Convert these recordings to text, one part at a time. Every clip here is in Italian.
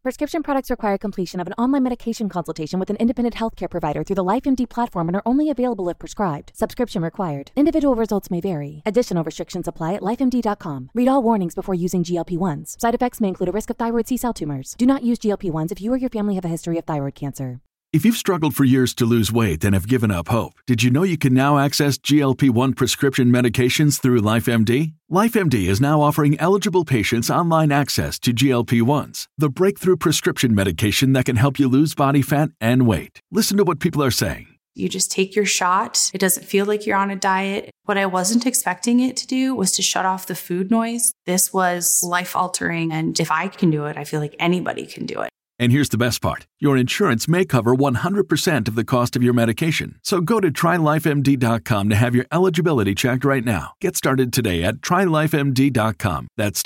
Prescription products require completion of an online medication consultation with an independent healthcare provider through the LifeMD platform and are only available if prescribed. Subscription required. Individual results may vary. Additional restrictions apply at lifemd.com. Read all warnings before using GLP-1s. Side effects may include a risk of thyroid C-cell tumors. Do not use GLP-1s if you or your family have a history of thyroid cancer. If you've struggled for years to lose weight and have given up hope, did you know you can now access GLP-1 prescription medications through LifeMD? LifeMD is now offering eligible patients online access to GLP-1s, the breakthrough prescription medication that can help you lose body fat and weight. Listen to what people are saying. You just take your shot. It doesn't feel like you're on a diet. What I wasn't expecting it to do was to shut off the food noise. This was life-altering, and if I can do it, I feel like anybody can do it. And here's the best part. Your insurance may cover 100% of the cost of your medication. So go to TryLifeMD.com to have your eligibility checked right now. Get started today at TryLifeMD.com. That's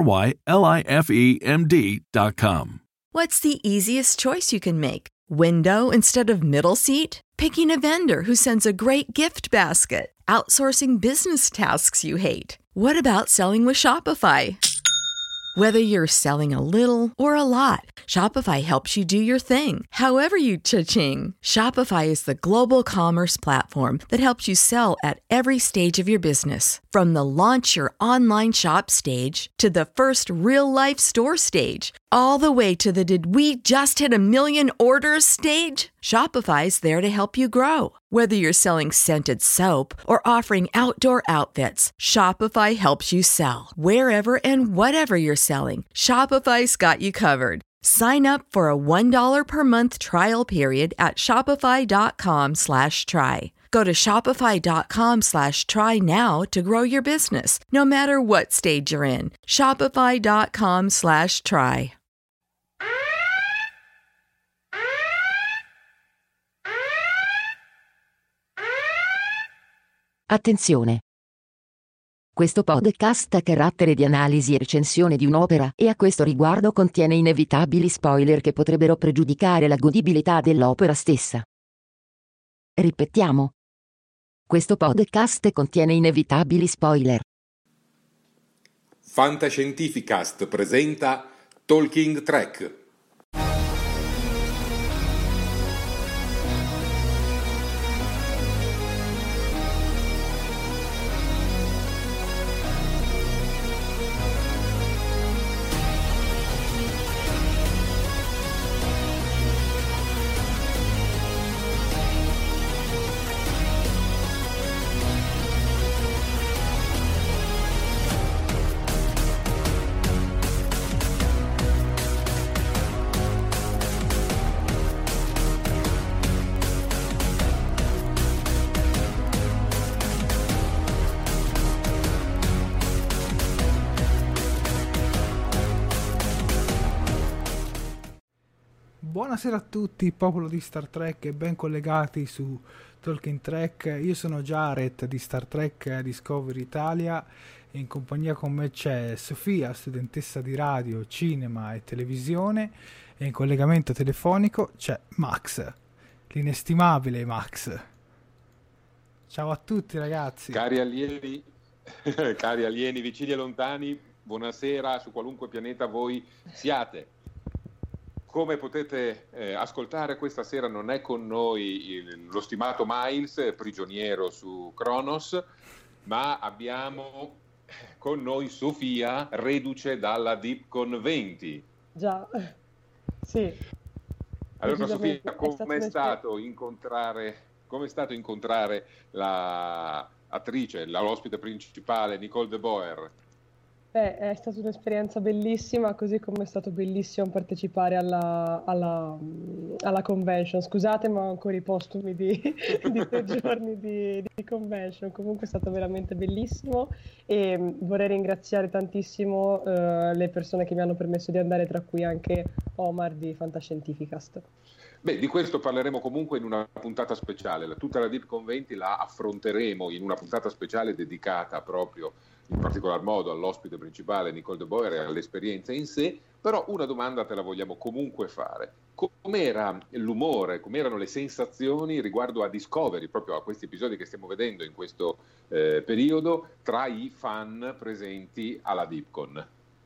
TryLifeMD.com. What's the easiest choice you can make? Window instead of middle seat? Picking a vendor who sends a great gift basket? Outsourcing business tasks you hate? What about selling with Shopify? Whether you're selling a little or a lot, Shopify helps you do your thing, however you cha-ching. Shopify is the global commerce platform that helps you sell at every stage of your business. From the launch your online shop stage to the first real-life store stage, all the way to the did we just hit 1 million orders stage? Shopify's there to help you grow. Whether you're selling scented soap or offering outdoor outfits, Shopify helps you sell. Wherever and whatever you're selling, Shopify's got you covered. Sign up for a $1 per month trial period at shopify.com/try. Go to shopify.com/try now to grow your business, no matter what stage you're in. Shopify.com/try. Attenzione! Questo podcast ha carattere di analisi e recensione di un'opera e a questo riguardo contiene inevitabili spoiler che potrebbero pregiudicare la godibilità dell'opera stessa. Ripetiamo. Questo podcast contiene inevitabili spoiler. Fantascientificast presenta Talking Trek. Buonasera a tutti, popolo di Star Trek e ben collegati su Talking Trek. Io sono Jared di Star Trek Discovery Italia e in compagnia con me c'è Sofia, studentessa di radio, cinema e televisione, e in collegamento telefonico c'è Max, l'inestimabile Max. Ciao a tutti ragazzi. Cari allievi, vicini e lontani, buonasera su qualunque pianeta voi siate. Come potete ascoltare, questa sera non è con noi lo stimato Miles, prigioniero su Kronos, ma abbiamo con noi Sofia, reduce dalla Deepcon 20. Già, sì. Allora Sofia, com'è stato incontrare la attrice, l'ospite principale, Nicole de Boer? È stata un'esperienza bellissima, così come è stato bellissimo partecipare alla convention. Scusate, ma ho ancora i postumi di 3 giorni di convention. Comunque è stato veramente bellissimo e vorrei ringraziare tantissimo le persone che mi hanno permesso di andare, tra cui anche Omar di Fantascientificast. Beh, di questo parleremo comunque in una puntata speciale. Tutta la Deepcon 20 la affronteremo in una puntata speciale dedicata proprio in particolar modo all'ospite principale Nicole de Boer e all'esperienza in sé, però una domanda te la vogliamo comunque fare. Com'era l'umore, com'erano le sensazioni riguardo a Discovery, proprio a questi episodi che stiamo vedendo in questo periodo, tra i fan presenti alla Deepcon?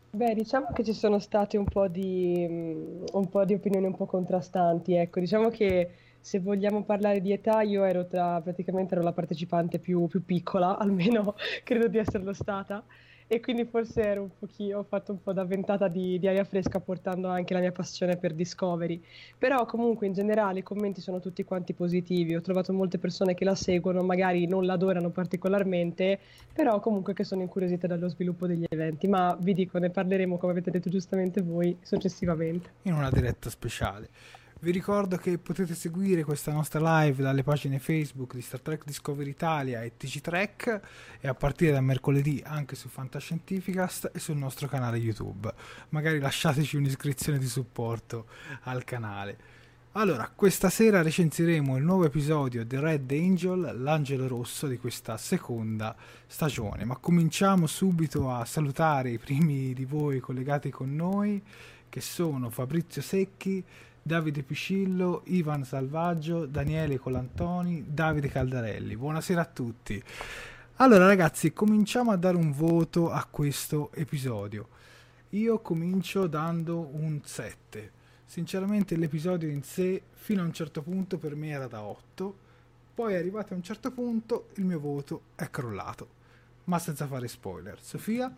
Beh, diciamo che ci sono state un po' di opinioni un po' contrastanti, ecco. Diciamo che se vogliamo parlare di età, io praticamente ero la partecipante più piccola, almeno credo di esserlo stata, e quindi forse ero un pochino, ho fatto un po' da ventata di aria fresca portando anche la mia passione per Discovery. Però comunque in generale i commenti sono tutti quanti positivi, ho trovato molte persone che la seguono, magari non la adorano particolarmente, però comunque che sono incuriosite dallo sviluppo degli eventi, ma vi dico, ne parleremo, come avete detto giustamente voi, successivamente. In una diretta speciale. Vi ricordo che potete seguire questa nostra live dalle pagine Facebook di Star Trek Discovery Italia e TG Trek, e a partire da mercoledì anche su Fantascientificast e sul nostro canale YouTube. Magari lasciateci un'iscrizione di supporto al canale. Allora, questa sera recensiremo il nuovo episodio di Red Angel, l'angelo rosso di questa seconda stagione, ma cominciamo subito a salutare i primi di voi collegati con noi, che sono Fabrizio Secchi, Davide Piscillo, Ivan Salvaggio, Daniele Colantoni, Davide Caldarelli. Buonasera a tutti. Allora ragazzi, cominciamo a dare un voto a questo episodio. Io comincio dando un 7. Sinceramente l'episodio in sé fino a un certo punto per me era da 8, poi arrivato a un certo punto il mio voto è crollato, ma senza fare spoiler. Sofia?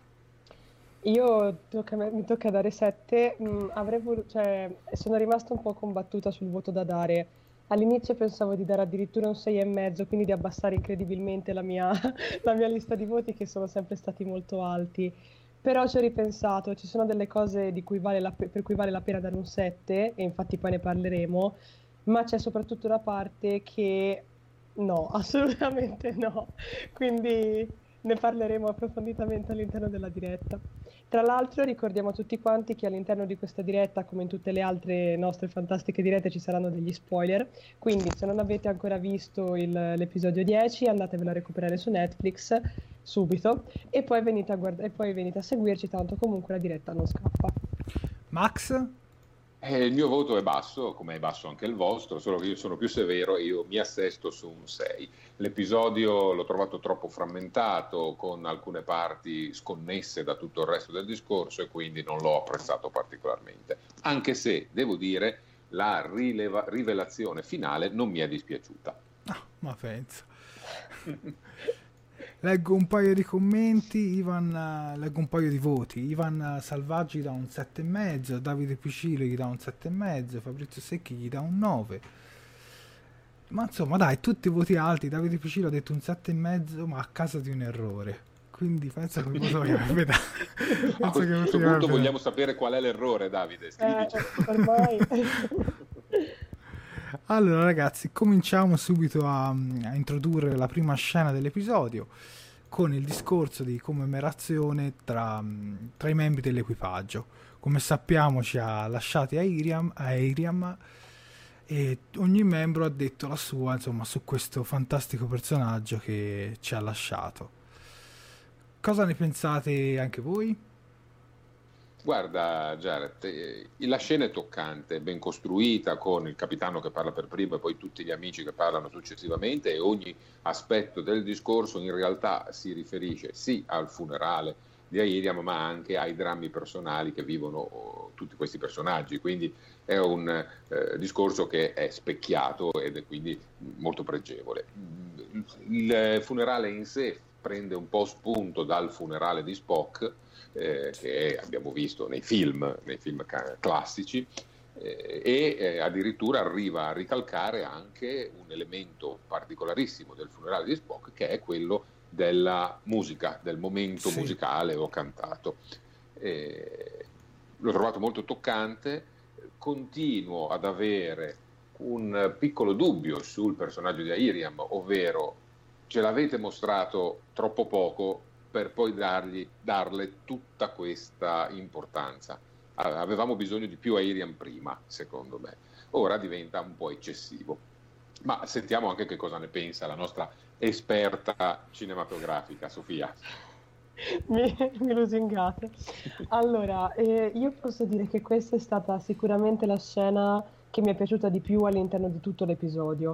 Mi tocca dare 7, sono rimasta un po' combattuta sul voto da dare. All'inizio pensavo di dare addirittura un 6,5, quindi di abbassare incredibilmente la mia, la mia lista di voti, che sono sempre stati molto alti. Però ci ho ripensato, ci sono delle cose per cui vale la pena dare un 7, e infatti poi ne parleremo, ma c'è soprattutto una parte che no, assolutamente no. Quindi ne parleremo approfonditamente all'interno della diretta. Tra l'altro ricordiamo a tutti quanti che all'interno di questa diretta, come in tutte le altre nostre fantastiche dirette, ci saranno degli spoiler, quindi se non avete ancora visto l'episodio 10 andatevelo a recuperare su Netflix subito, e poi venite a seguirci, tanto comunque la diretta non scappa. Max? Il mio voto è basso, come è basso anche il vostro, solo che io sono più severo e io mi assesto su un 6. L'episodio l'ho trovato troppo frammentato, con alcune parti sconnesse da tutto il resto del discorso, e quindi non l'ho apprezzato particolarmente. Anche se, devo dire, la rivelazione finale non mi è dispiaciuta. Ah, ma penso. Leggo un paio di commenti, leggo un paio di voti. Ivan Salvaggi dà un 7,5, Davide Piscillo gli dà un 7,5, Fabrizio Secchi gli dà un 9. Ma insomma dai, tutti voti alti. Davide Piscillo ha detto un 7,5, ma a causa di un errore. Quindi penso che il voto avrebbe dato. A questo punto vogliamo sapere qual è l'errore, Davide. Scrivici. Ormai. Allora ragazzi, cominciamo subito a introdurre la prima scena dell'episodio, con il discorso di commemorazione tra i membri dell'equipaggio. Come sappiamo ci ha lasciati a Iriam, e ogni membro ha detto la sua, insomma, su questo fantastico personaggio che ci ha lasciato. Cosa ne pensate anche voi? Guarda Jared, la scena è toccante, ben costruita, con il capitano che parla per primo e poi tutti gli amici che parlano successivamente, e ogni aspetto del discorso in realtà si riferisce sì al funerale di Iriam, ma anche ai drammi personali che vivono tutti questi personaggi. Quindi è un discorso che è specchiato ed è quindi molto pregevole. Il funerale in sé prende un po' spunto dal funerale di Spock, che abbiamo visto nei film classici, e addirittura arriva a ricalcare anche un elemento particolarissimo del funerale di Spock, che è quello della musica, del momento musicale o cantato. L'ho trovato molto toccante. Continuo ad avere un piccolo dubbio sul personaggio di Iriam, ovvero ce l'avete mostrato troppo poco per poi darle tutta questa importanza. Avevamo bisogno di più a Iriam prima, secondo me. Ora diventa un po' eccessivo. Ma sentiamo anche che cosa ne pensa la nostra esperta cinematografica, Sofia. Mi lusingate. Allora, io posso dire che questa è stata sicuramente la scena che mi è piaciuta di più all'interno di tutto l'episodio.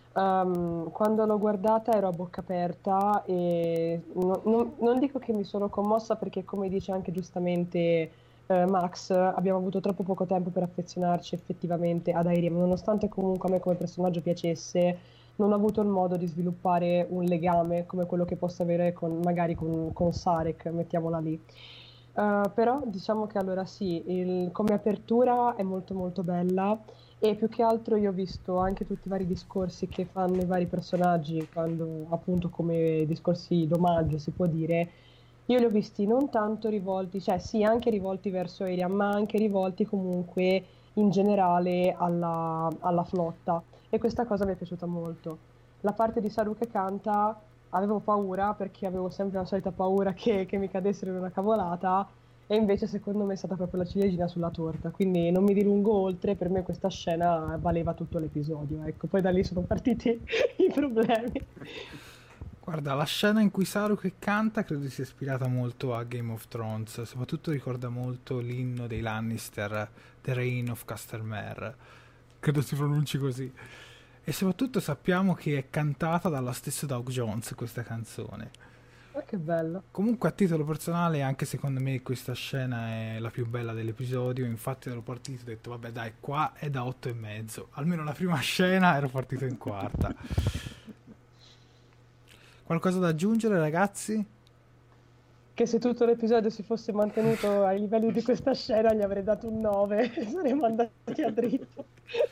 Quando l'ho guardata ero a bocca aperta e non dico che mi sono commossa perché, come dice anche giustamente Max, abbiamo avuto troppo poco tempo per affezionarci effettivamente ad Airiam, nonostante comunque a me come personaggio piacesse, non ho avuto il modo di sviluppare un legame come quello che posso avere magari con Sarek, mettiamola lì. Però diciamo che allora sì, come apertura è molto molto bella e più che altro io ho visto anche tutti i vari discorsi che fanno i vari personaggi, quando appunto come discorsi d'omaggio si può dire, io li ho visti non tanto rivolti, cioè sì, anche rivolti verso Airiam, ma anche rivolti comunque in generale alla flotta e questa cosa mi è piaciuta molto. La parte di Saru che canta avevo paura perché avevo sempre la solita paura che mi cadessero in una cavolata e invece secondo me è stata proprio la ciliegina sulla torta, quindi non mi dilungo oltre, per me questa scena valeva tutto l'episodio, ecco, poi da lì sono partiti i problemi. Guarda, la scena in cui Saru che canta credo sia ispirata molto a Game of Thrones, soprattutto ricorda molto l'inno dei Lannister, The Reign of Castamere, credo si pronunci così. E soprattutto sappiamo che è cantata dallo stesso Doug Jones questa canzone. Ma che bello. Comunque a titolo personale anche secondo me questa scena è la più bella dell'episodio, infatti ero partito e ho detto vabbè dai, qua è da 8,5, almeno la prima scena ero partito in quarta. Qualcosa da aggiungere, ragazzi? Che se tutto l'episodio si fosse mantenuto ai livelli di questa scena gli avrei dato un 9 e saremmo andati a dritto.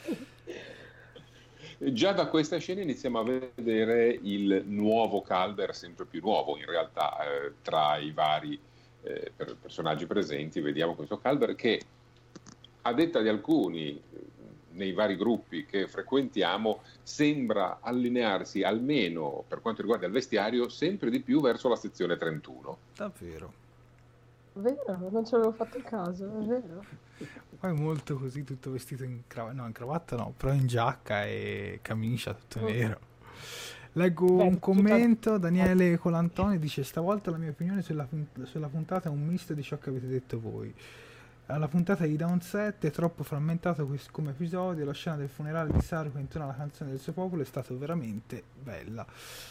Già da questa scena iniziamo a vedere il nuovo Calber, sempre più nuovo in realtà, tra i vari personaggi presenti. Vediamo questo Calber che, a detta di alcuni, nei vari gruppi che frequentiamo, sembra allinearsi, almeno per quanto riguarda il vestiario, sempre di più verso la sezione 31. Davvero? Vero, non ci avevo fatto caso, è vero. Poi molto così, tutto vestito in cravatta, no, in cravatta no, però in giacca e camicia, tutto nero. Leggo un commento, Daniele Colantoni dice: stavolta la mia opinione sulla puntata è un misto di ciò che avete detto voi. La puntata gli dà un 7, è troppo frammentato come episodio, la scena del funerale di Saru che intona la canzone del suo popolo è stata veramente bella.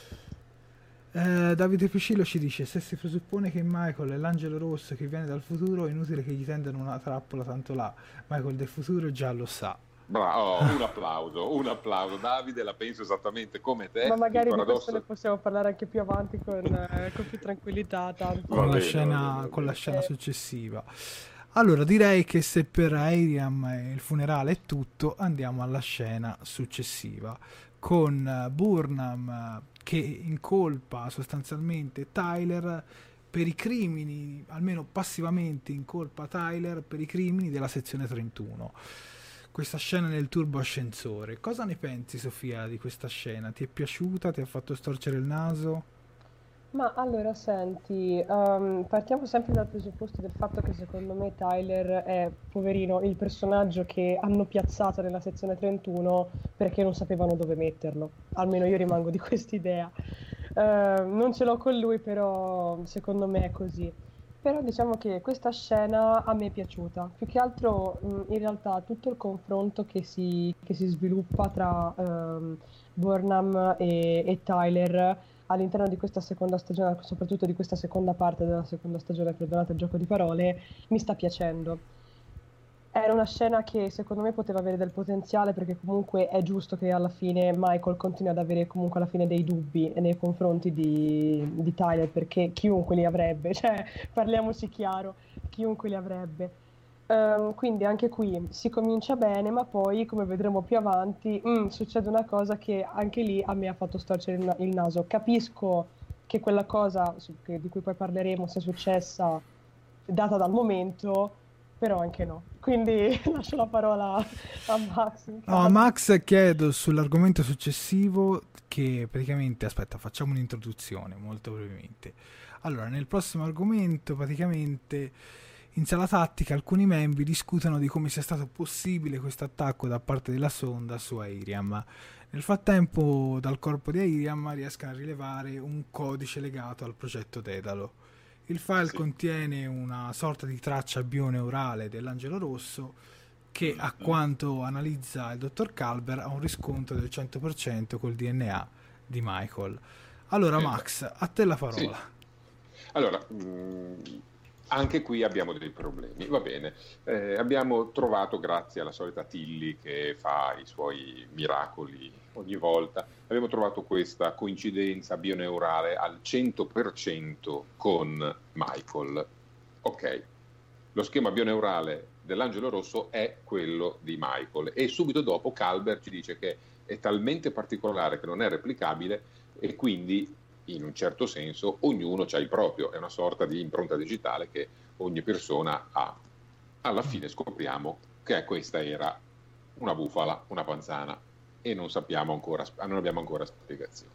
Davide Piscillo ci dice: se si presuppone che Michael è l'angelo rosso che viene dal futuro, è inutile che gli tendano una trappola tanto là, Michael del futuro già lo sa. Bravo, un applauso. Davide, la penso esattamente come te. Ma magari di questo ne possiamo parlare anche più avanti con più tranquillità, tanto. Con la scena successiva. Allora direi che se per Airiam il funerale è tutto, andiamo alla scena successiva con Burnham che incolpa sostanzialmente Tyler per i crimini, almeno passivamente incolpa Tyler per i crimini della sezione 31. Questa scena nel turbo ascensore, cosa ne pensi, Sofia, di questa scena? Ti è piaciuta? Ti ha fatto storcere il naso? Ma allora senti, partiamo sempre dal presupposto del fatto che secondo me Tyler è, poverino, il personaggio che hanno piazzato nella sezione 31 perché non sapevano dove metterlo. Almeno io rimango di quest'idea. Non ce l'ho con lui, però secondo me è così. Però diciamo che questa scena a me è piaciuta. Più che altro in realtà tutto il confronto che si sviluppa tra Burnham e Tyler all'interno di questa seconda stagione, soprattutto di questa seconda parte della seconda stagione, perdonate il gioco di parole, mi sta piacendo. Era una scena che secondo me poteva avere del potenziale perché comunque è giusto che alla fine Michael continui ad avere comunque alla fine dei dubbi nei confronti di Tyler, perché chiunque li avrebbe, cioè parliamoci chiaro, chiunque li avrebbe. Quindi anche qui si comincia bene, ma poi come vedremo più avanti succede una cosa che anche lì a me ha fatto storcere il naso. Capisco che quella cosa di cui poi parleremo sia successa data dal momento, però anche no. Quindi lascio la parola a Max. No, a Max chiedo sull'argomento successivo che praticamente, aspetta, facciamo un'introduzione molto brevemente. Allora, nel prossimo argomento praticamente in sala tattica alcuni membri discutono di come sia stato possibile questo attacco da parte della sonda su Airiam. Nel frattempo dal corpo di Airiam riescono a rilevare un codice legato al progetto Dedalo. Il file contiene una sorta di traccia bioneurale dell'angelo rosso che a quanto analizza il dottor Culber ha un riscontro del 100% col DNA di Michael. Allora Max, a te la parola. Sì. Allora, anche qui abbiamo dei problemi, va bene. Abbiamo trovato, grazie alla solita Tilly che fa i suoi miracoli ogni volta, abbiamo trovato questa coincidenza bioneurale al 100% con Michael. Ok, lo schema bioneurale dell'angelo rosso è quello di Michael e subito dopo Culber ci dice che è talmente particolare che non è replicabile e quindi in un certo senso ognuno c'ha il proprio, è una sorta di impronta digitale che ogni persona ha. Alla fine scopriamo che questa era una bufala, una panzana e non abbiamo ancora spiegazioni.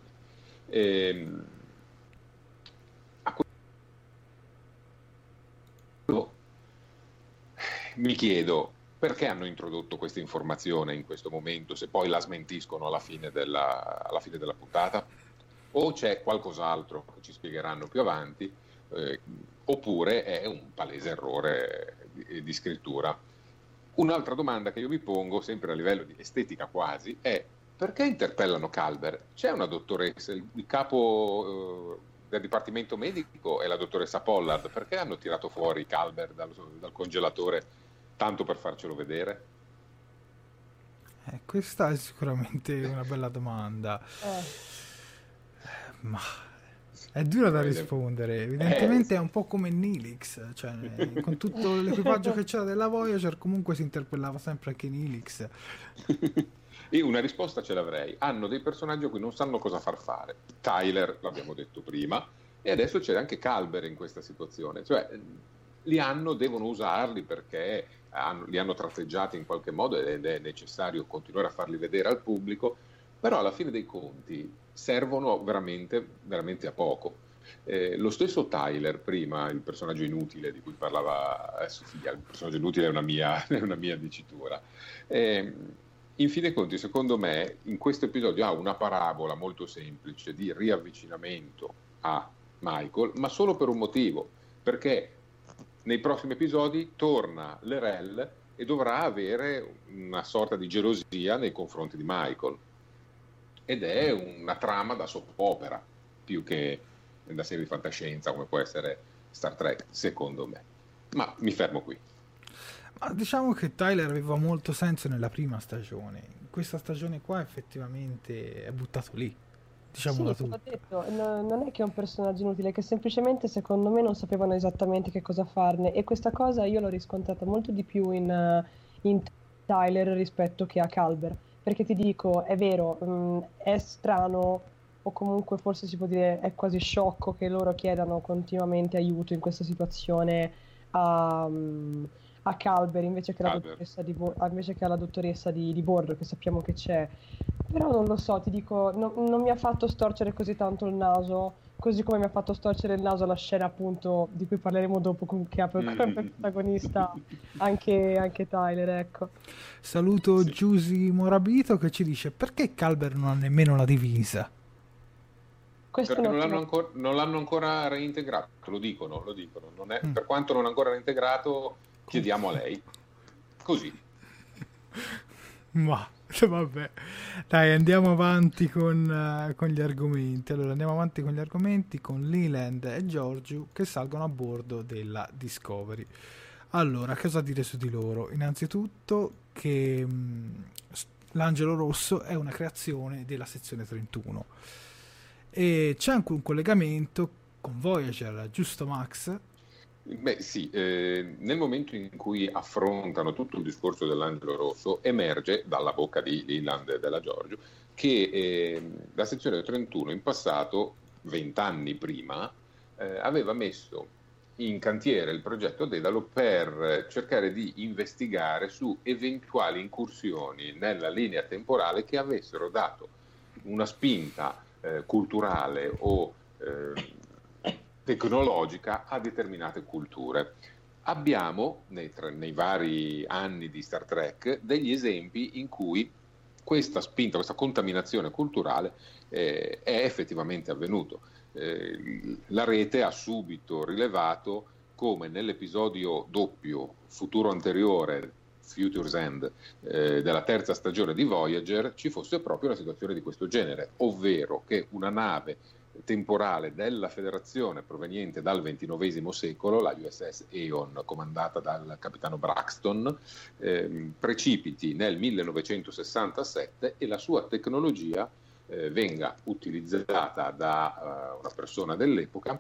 Mi chiedo perché hanno introdotto questa informazione in questo momento, se poi la smentiscono alla fine della puntata, o c'è qualcos'altro che ci spiegheranno più avanti, oppure è un palese errore di scrittura. Un'altra domanda che io mi pongo, sempre a livello di estetica quasi, è perché interpellano Culber? C'è una dottoressa, il capo del dipartimento medico è la dottoressa Pollard, perché hanno tirato fuori Culber dal congelatore tanto per farcelo vedere? Questa è sicuramente una bella domanda. Ma è dura da rispondere. Evidentemente è un po' come Neelix, cioè con tutto l'equipaggio che c'era della Voyager comunque si interpellava sempre anche Neelix. Io una risposta ce l'avrei. Hanno dei personaggi a cui non sanno cosa far fare. Tyler, l'abbiamo detto prima, e adesso c'è anche Culber in questa situazione. Cioè, devono usarli perché li hanno tratteggiati in qualche modo ed è necessario continuare a farli vedere al pubblico, però alla fine dei conti servono veramente, veramente a poco. Lo stesso Tyler, prima, il personaggio inutile di cui parlava Sofia, il personaggio inutile è una mia dicitura. In fin dei conti, secondo me, in questo episodio ha una parabola molto semplice di riavvicinamento a Michael, ma solo per un motivo, perché nei prossimi episodi torna L'Rell e dovrà avere una sorta di gelosia nei confronti di Michael. Ed è una trama da soap opera, più che da serie di fantascienza come può essere Star Trek, secondo me. Ma mi fermo qui. Ma diciamo che Tyler aveva molto senso nella prima stagione. In questa stagione qua effettivamente è buttato lì. Diciamola sì, tutta. Ho detto, non è che è un personaggio inutile, che semplicemente secondo me non sapevano esattamente che cosa farne, e questa cosa io l'ho riscontrata molto di più in Tyler rispetto che a Culber, perché ti dico, è vero, è strano, o comunque forse si può dire è quasi sciocco che loro chiedano continuamente aiuto in questa situazione a Culber invece che alla dottoressa di bordo, che sappiamo che c'è. Però non lo so, ti dico, non mi ha fatto storcere così tanto il naso, così come mi ha fatto storcere il naso la scena appunto di cui parleremo dopo, che ha come protagonista anche Tyler, ecco. Saluto Giusy Morabito che ci dice: perché Culber non ha nemmeno la divisa? Questo perché non l'hanno ancora reintegrato, lo dicono. Non è, per quanto non ancora reintegrato, chiediamo a lei. Così. Ma vabbè, dai, andiamo avanti con gli argomenti. Allora andiamo avanti con gli argomenti con Leland e Giorgio che salgono a bordo della Discovery. Allora, cosa dire su di loro? Innanzitutto che l'Angelo Rosso è una creazione della sezione 31 e c'è anche un collegamento con Voyager, giusto Max? Beh sì, nel momento in cui affrontano tutto il discorso dell'Angelo Rosso emerge dalla bocca di Leland e della Giorgio che la sezione 31 in passato, 20 anni prima, aveva messo in cantiere il progetto Dedalo per cercare di investigare su eventuali incursioni nella linea temporale che avessero dato una spinta culturale o tecnologica a determinate culture. Abbiamo nei vari anni di Star Trek degli esempi in cui questa spinta, questa contaminazione culturale è effettivamente avvenuto. La rete ha subito rilevato come nell'episodio doppio Futuro Anteriore Future's End, della terza stagione di Voyager, ci fosse proprio una situazione di questo genere, ovvero che una nave temporale della Federazione proveniente dal XXIX secolo, la USS Aeon, comandata dal capitano Braxton, precipiti nel 1967 e la sua tecnologia venga utilizzata da una persona dell'epoca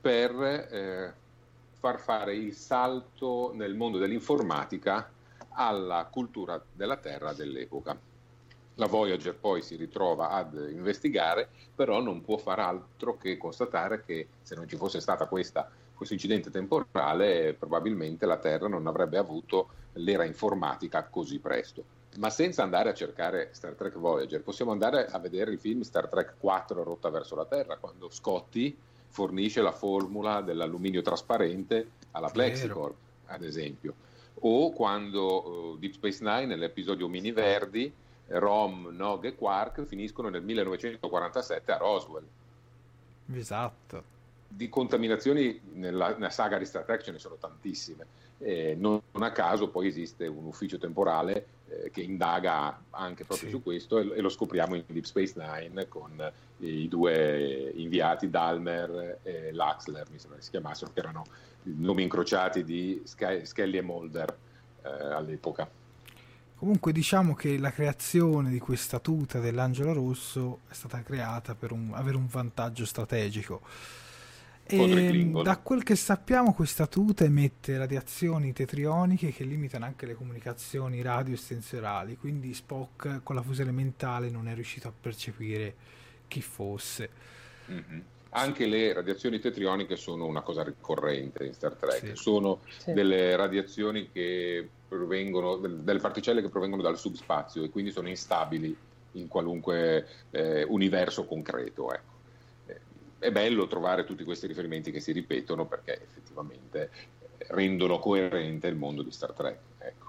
per far fare il salto nel mondo dell'informatica alla cultura della Terra dell'epoca. La Voyager poi si ritrova ad investigare, però non può far altro che constatare che se non ci fosse stata questo incidente temporale, probabilmente la Terra non avrebbe avuto l'era informatica così presto. Ma senza andare a cercare Star Trek Voyager, possiamo andare a vedere il film Star Trek 4 Rotta verso la Terra, quando Scotty fornisce la formula dell'alluminio trasparente alla Plexicorp, ad esempio. O quando Deep Space Nine, nell'episodio Mini Verdi, Rom, Nog e Quark finiscono nel 1947 a Roswell. Esatto. Di contaminazioni nella saga di Star Trek ce ne sono tantissime. Non a caso poi esiste un ufficio temporale che indaga anche proprio su questo, e lo scopriamo in Deep Space Nine con i due inviati Dalmer e Laxler, mi sembra che si chiamassero, che erano nomi incrociati di Scully e Mulder all'epoca. Comunque diciamo che la creazione di questa tuta dell'Angelo Rosso è stata creata per avere un vantaggio strategico. E da quel che sappiamo questa tuta emette radiazioni tetrioniche che limitano anche le comunicazioni radio estensiorali, quindi Spock con la fusione mentale non è riuscito a percepire chi fosse. Mm-hmm. Anche le radiazioni tetrioniche sono una cosa ricorrente in Star Trek, sono delle radiazioni che provengono delle particelle che provengono dal subspazio e quindi sono instabili in qualunque universo concreto, ecco. È bello trovare tutti questi riferimenti che si ripetono perché effettivamente rendono coerente il mondo di Star Trek, ecco.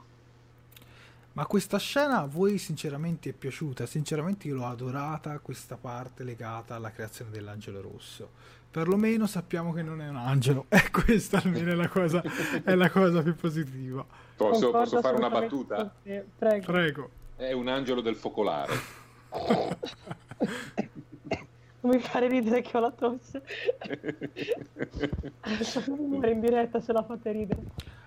Ma questa scena a voi sinceramente è piaciuta? Sinceramente io l'ho adorata, questa parte legata alla creazione dell'Angelo Rosso. Perlomeno sappiamo che non è un angelo, e questa almeno è la cosa più positiva. Posso fare una battuta? Prego. È un angelo del focolare. Non mi fare ridere che ho la tosse. Adesso muore in diretta se la fate ridere.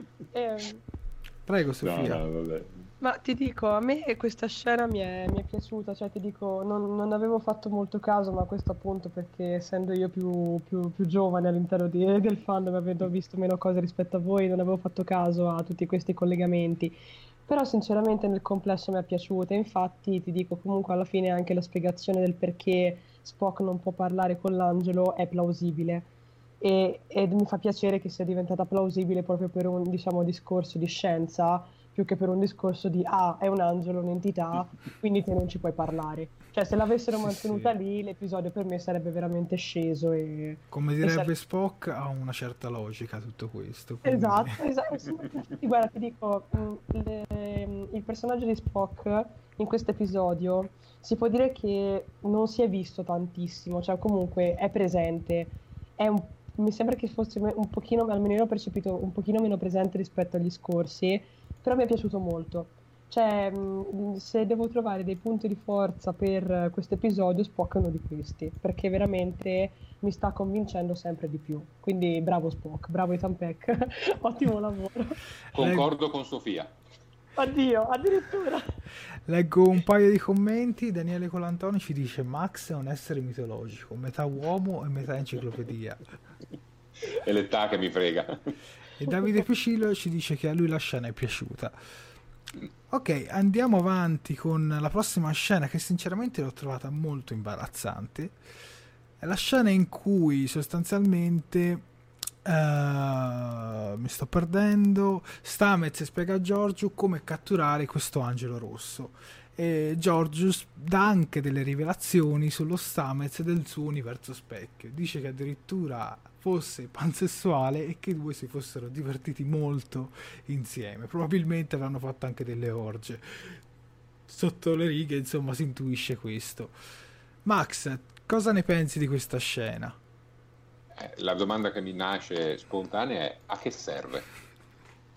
Prego Sofia. No, vabbè. Ma ti dico, a me questa scena mi è piaciuta, cioè ti dico, non avevo fatto molto caso, ma questo appunto perché essendo io più giovane all'interno del fandom, avendo visto meno cose rispetto a voi, non avevo fatto caso a tutti questi collegamenti. Però sinceramente nel complesso mi è piaciuta, infatti ti dico comunque alla fine anche la spiegazione del perché Spock non può parlare con l'angelo è plausibile e mi fa piacere che sia diventata plausibile proprio per un discorso di scienza più che per un discorso di è un angelo, un'entità, quindi te non ci puoi parlare. Cioè se l'avessero mantenuta lì l'episodio per me sarebbe veramente sceso e come direbbe Spock ha una certa logica tutto questo, quindi... esatto. Guarda, ti dico, il personaggio di Spock in questo episodio si può dire che non si è visto tantissimo, cioè comunque è presente, mi sembra che fosse un pochino, almeno io ho percepito un pochino meno presente rispetto agli scorsi, però mi è piaciuto molto. Cioè, se devo trovare dei punti di forza per questo episodio, Spock è uno di questi, perché veramente mi sta convincendo sempre di più. Quindi bravo Spock, bravo Ethan Peck, ottimo lavoro. Concordo con Sofia. Addio, addirittura. Leggo un paio di commenti. Daniele Colantoni ci dice: Max è un essere mitologico, metà uomo e metà enciclopedia. È l'età che mi frega. E Davide Picillo ci dice che a lui la scena è piaciuta. Ok, andiamo avanti con la prossima scena che sinceramente l'ho trovata molto imbarazzante. È la scena in cui sostanzialmente mi sto perdendo. Stamets spiega a Georgiou come catturare questo angelo rosso e Georgiou dà anche delle rivelazioni sullo Stamets e del suo universo specchio. Dice che addirittura fosse pansessuale e che i due si fossero divertiti molto insieme, probabilmente avranno fatto anche delle orge. Sotto le righe insomma si intuisce questo. Max, cosa ne pensi di questa scena? La domanda che mi nasce spontanea è: a che serve?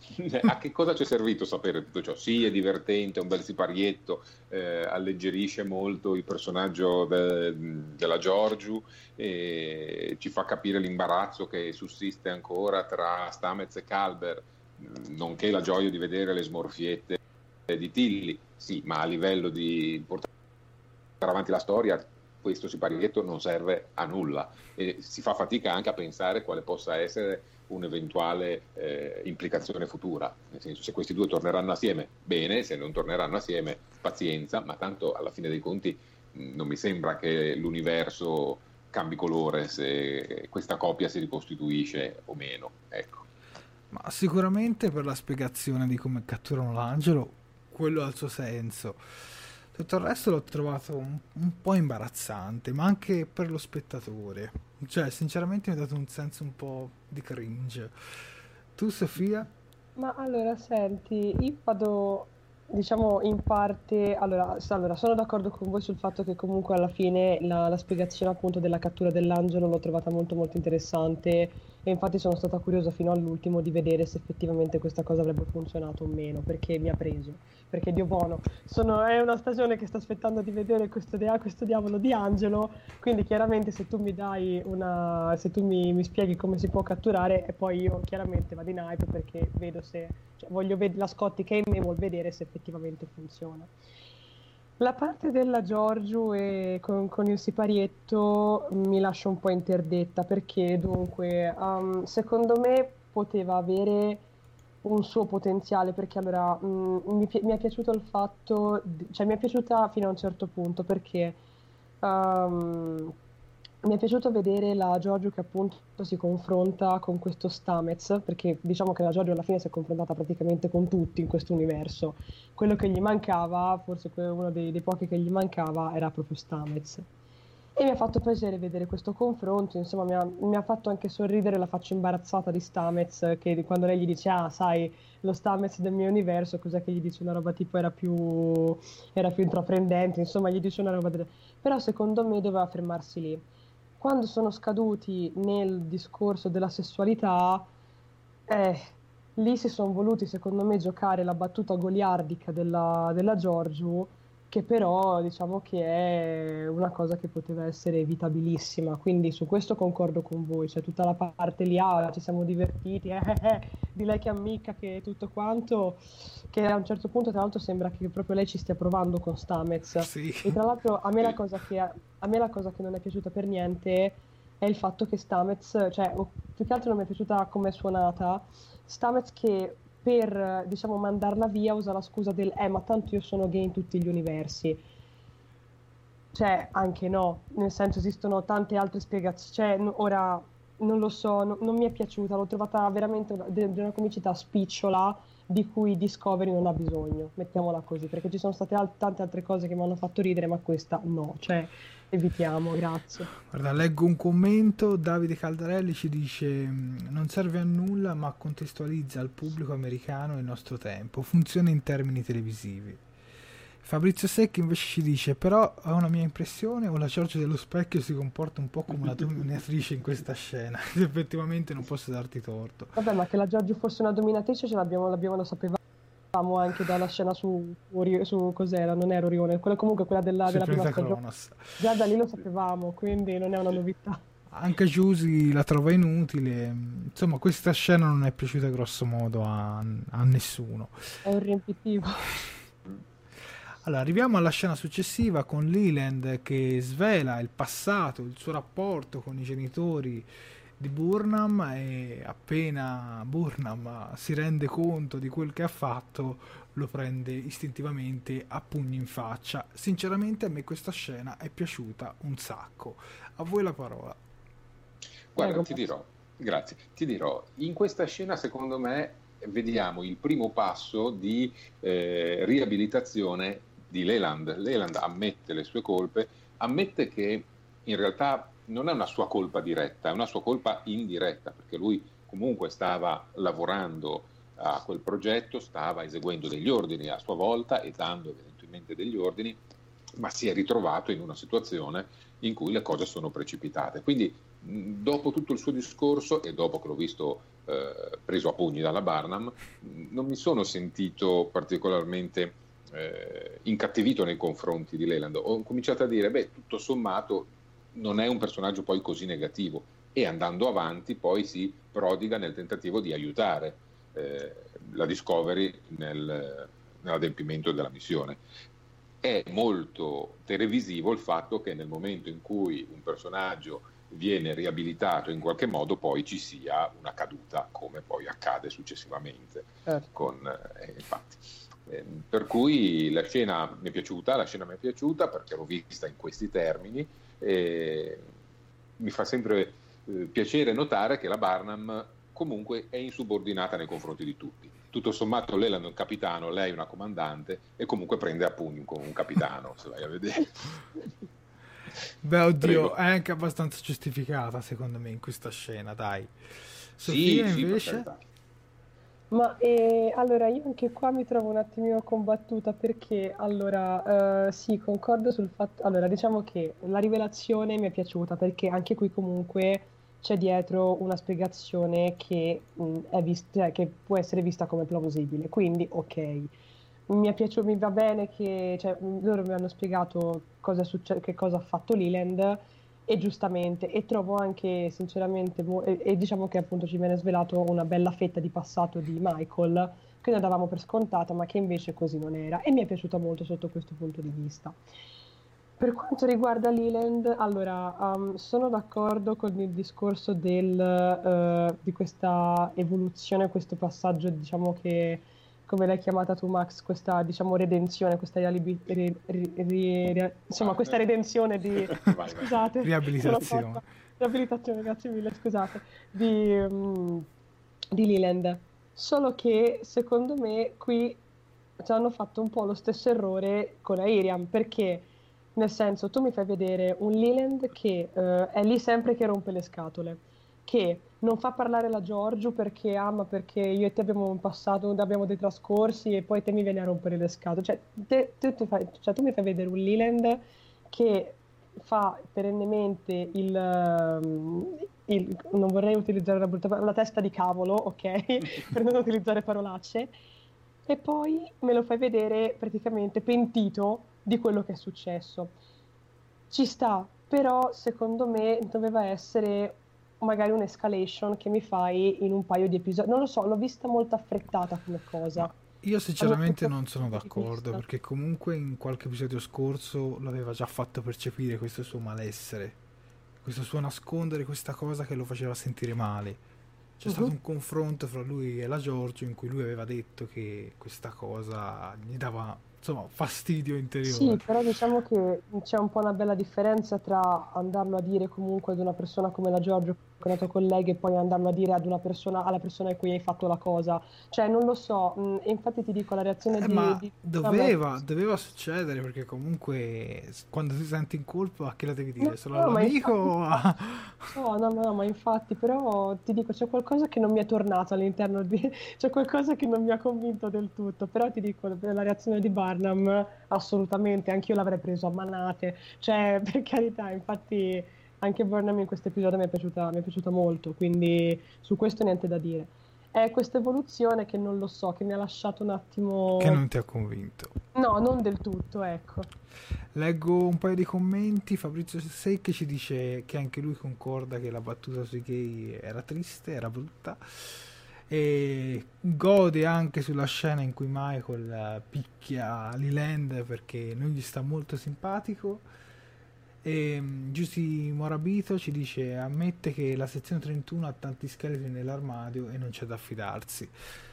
A che cosa ci è servito sapere tutto ciò? Sì, è divertente, è un bel siparietto, alleggerisce molto il personaggio della Giorgiu, e ci fa capire l'imbarazzo che sussiste ancora tra Stamez e Kalber, nonché la gioia di vedere le smorfiette di Tilly. Sì, ma a livello di portare avanti la storia questo siparietto non serve a nulla, e si fa fatica anche a pensare quale possa essere un'eventuale implicazione futura, nel senso, se questi due torneranno assieme bene, se non torneranno assieme pazienza, ma tanto alla fine dei conti non mi sembra che l'universo cambi colore se questa coppia si ricostituisce o meno, ecco. Ma sicuramente per la spiegazione di come catturano l'angelo, quello ha il suo senso. Tutto il resto l'ho trovato un po' imbarazzante, ma anche per lo spettatore. Cioè, sinceramente mi ha dato un senso un po' di cringe. Tu, Sofia? Ma allora, senti, io vado, diciamo, in parte... Allora, sono d'accordo con voi sul fatto che comunque alla fine la spiegazione appunto della cattura dell'angelo l'ho trovata molto molto interessante, e infatti sono stata curiosa fino all'ultimo di vedere se effettivamente questa cosa avrebbe funzionato o meno, perché mi ha preso, perché Dio buono, è una stagione che sto aspettando di vedere questo diavolo di angelo, quindi chiaramente se tu mi dai se tu mi spieghi come si può catturare, e poi io chiaramente vado in hype perché vedo se, cioè, voglio vedere la Scotty che è in me, vuol vedere se effettivamente funziona. La parte della Giorgiu e con il siparietto mi lascia un po' interdetta, perché dunque secondo me poteva avere un suo potenziale, perché allora mi è piaciuto il fatto, cioè mi è piaciuta fino a un certo punto, perché mi è piaciuto vedere la Giorgiu che appunto si confronta con questo Stamez, perché diciamo che la Giorgiu alla fine si è confrontata praticamente con tutti in questo universo. Quello che gli mancava, forse uno dei pochi che gli mancava, era proprio Stamez. E mi ha fatto piacere vedere questo confronto, insomma mi ha fatto anche sorridere la faccia imbarazzata di Stamez, che quando lei gli dice sai, lo Stamez del mio universo, cos'è che gli dice, una roba tipo era più intraprendente, insomma gli dice una roba però secondo me doveva fermarsi lì. Quando sono scaduti nel discorso della sessualità, lì si sono voluti, secondo me, giocare la battuta goliardica della Giorgiu, che però diciamo che è una cosa che poteva essere evitabilissima, quindi su questo concordo con voi, cioè tutta la parte lì, ci siamo divertiti, di lei che ammicca, che tutto quanto, che a un certo punto tra l'altro sembra che proprio lei ci stia provando con Stamez. Sì. E tra l'altro a me la cosa che non è piaciuta per niente è il fatto che Stamez, cioè più che altro non mi è piaciuta come è suonata, Stamez che per, diciamo, mandarla via usa la scusa del ma tanto io sono gay in tutti gli universi. Cioè, anche no, nel senso esistono tante altre spiegazioni, cioè, ora non lo so, non mi è piaciuta, l'ho trovata veramente di una comicità spicciola di cui Discovery non ha bisogno, mettiamola così, perché ci sono state tante altre cose che mi hanno fatto ridere, ma questa no, cioè evitiamo, grazie. Guarda, leggo un commento, Davide Caldarelli ci dice non serve a nulla ma contestualizza al pubblico americano il nostro tempo, funziona in termini televisivi. Fabrizio Secchi invece ci dice però è una mia impressione o la Giorgia dello Specchio si comporta un po' come una dominatrice in questa scena. Effettivamente non posso darti torto. Vabbè, ma che la Giorgia fosse una dominatrice lo sapevamo anche dalla scena su cos'era, non era Orione, quella della prima stagione. Già da lì lo sapevamo, quindi non è una novità. Anche Giusy la trova inutile, insomma questa scena non è piaciuta grosso modo a nessuno. È un riempitivo. Allora, arriviamo alla scena successiva con Leland che svela il passato, il suo rapporto con i genitori di Burnham, e appena Burnham si rende conto di quel che ha fatto lo prende istintivamente a pugni in faccia. Sinceramente a me questa scena è piaciuta un sacco. A voi la parola. Guarda, ti dirò, in questa scena secondo me vediamo il primo passo di riabilitazione di Leland. Leland ammette le sue colpe, ammette che in realtà non è una sua colpa diretta, è una sua colpa indiretta, perché lui comunque stava lavorando a quel progetto, stava eseguendo degli ordini a sua volta e dando evidentemente degli ordini, ma si è ritrovato in una situazione in cui le cose sono precipitate. Quindi dopo tutto il suo discorso e dopo che l'ho visto preso a pugni dalla Barnum, non mi sono sentito particolarmente incattivito nei confronti di Leland. Ho cominciato a dire, tutto sommato non è un personaggio poi così negativo, e andando avanti poi si prodiga nel tentativo di aiutare la Discovery nell'adempimento della missione. È molto televisivo il fatto che nel momento in cui un personaggio viene riabilitato in qualche modo poi ci sia una caduta, come poi accade successivamente infatti. Per cui la scena mi è piaciuta perché l'ho vista in questi termini, e mi fa sempre piacere notare che la Barnum comunque è insubordinata nei confronti di tutti. Tutto sommato Leland è un capitano, lei è una comandante, e comunque prende a pugni con un capitano, se vai a vedere. Oddio, Prego. è anche abbastanza giustificata secondo me in questa scena, dai. Sofia invece? Ma allora io anche qua mi trovo un attimino combattuta, perché allora sì, concordo sul fatto, allora diciamo che la rivelazione mi è piaciuta perché anche qui comunque c'è dietro una spiegazione che che può essere vista come plausibile, quindi ok. Mi è piaciuto, mi va bene che loro mi hanno spiegato che cosa ha fatto Leland, e giustamente, e trovo anche sinceramente e diciamo che appunto ci viene svelato una bella fetta di passato di Michael che noi davamo per scontata, ma che invece così non era, e mi è piaciuta molto sotto questo punto di vista. Per quanto riguarda Leland, allora sono d'accordo con il discorso di questa evoluzione, questo passaggio, diciamo che, come l'hai chiamata tu Max, questa diciamo redenzione, questa questa redenzione di scusate, riabilitazione, grazie mille, scusate, di Leland. Solo che secondo me qui ci hanno fatto un po' lo stesso errore con Airiam, perché nel senso tu mi fai vedere un Leland che è lì sempre che rompe le scatole, che non fa parlare la Giorgio perché perché io e te abbiamo un passato, abbiamo dei trascorsi, e poi te mi vieni a rompere le scatole. Tu mi fai vedere un Leland che fa perennemente non vorrei utilizzare una brutta parola, la testa di cavolo, ok? Per non utilizzare parolacce, e poi me lo fai vedere praticamente pentito di quello che è successo. Ci sta, però secondo me doveva essere magari un'escalation che mi fai in un paio di episodi, non lo so, l'ho vista molto affrettata come cosa. Ma io sinceramente non sono d'accordo, perché comunque in qualche episodio scorso l'aveva già fatto percepire questo suo malessere, questo suo nascondere questa cosa che lo faceva sentire male. C'è stato un confronto fra lui e la Giorgio in cui lui aveva detto che questa cosa gli dava, insomma, fastidio interiore. Sì, però diciamo che c'è un po' una bella differenza tra andarlo a dire comunque ad una persona come la Giorgio, che è una tua collega, e poi andarlo a dire ad una persona, alla persona a cui hai fatto la cosa. Cioè, non lo so, e infatti ti dico la reazione doveva succedere, perché comunque quando ti senti in colpa a chi la devi dire? Solo all'amico? No, ma infatti, però ti dico, c'è qualcosa che non mi è tornato all'interno c'è qualcosa che non mi ha convinto del tutto, però ti dico, la reazione di Barnum, assolutamente, anch'io l'avrei preso a manate, cioè, per carità, infatti anche Burnham in questo episodio mi è piaciuta molto, quindi su questo niente da dire. È questa evoluzione che non lo so, che mi ha lasciato un attimo... Che non ti ha convinto? No, non del tutto, ecco. Leggo un paio di commenti. Fabrizio Secchi ci dice che anche lui concorda che la battuta sui gay era triste, era brutta, e gode anche sulla scena in cui Michael picchia Leland perché non gli sta molto simpatico. E Giussi Morabito ci dice: ammette che la sezione 31 ha tanti scheletri nell'armadio e non c'è da fidarsi.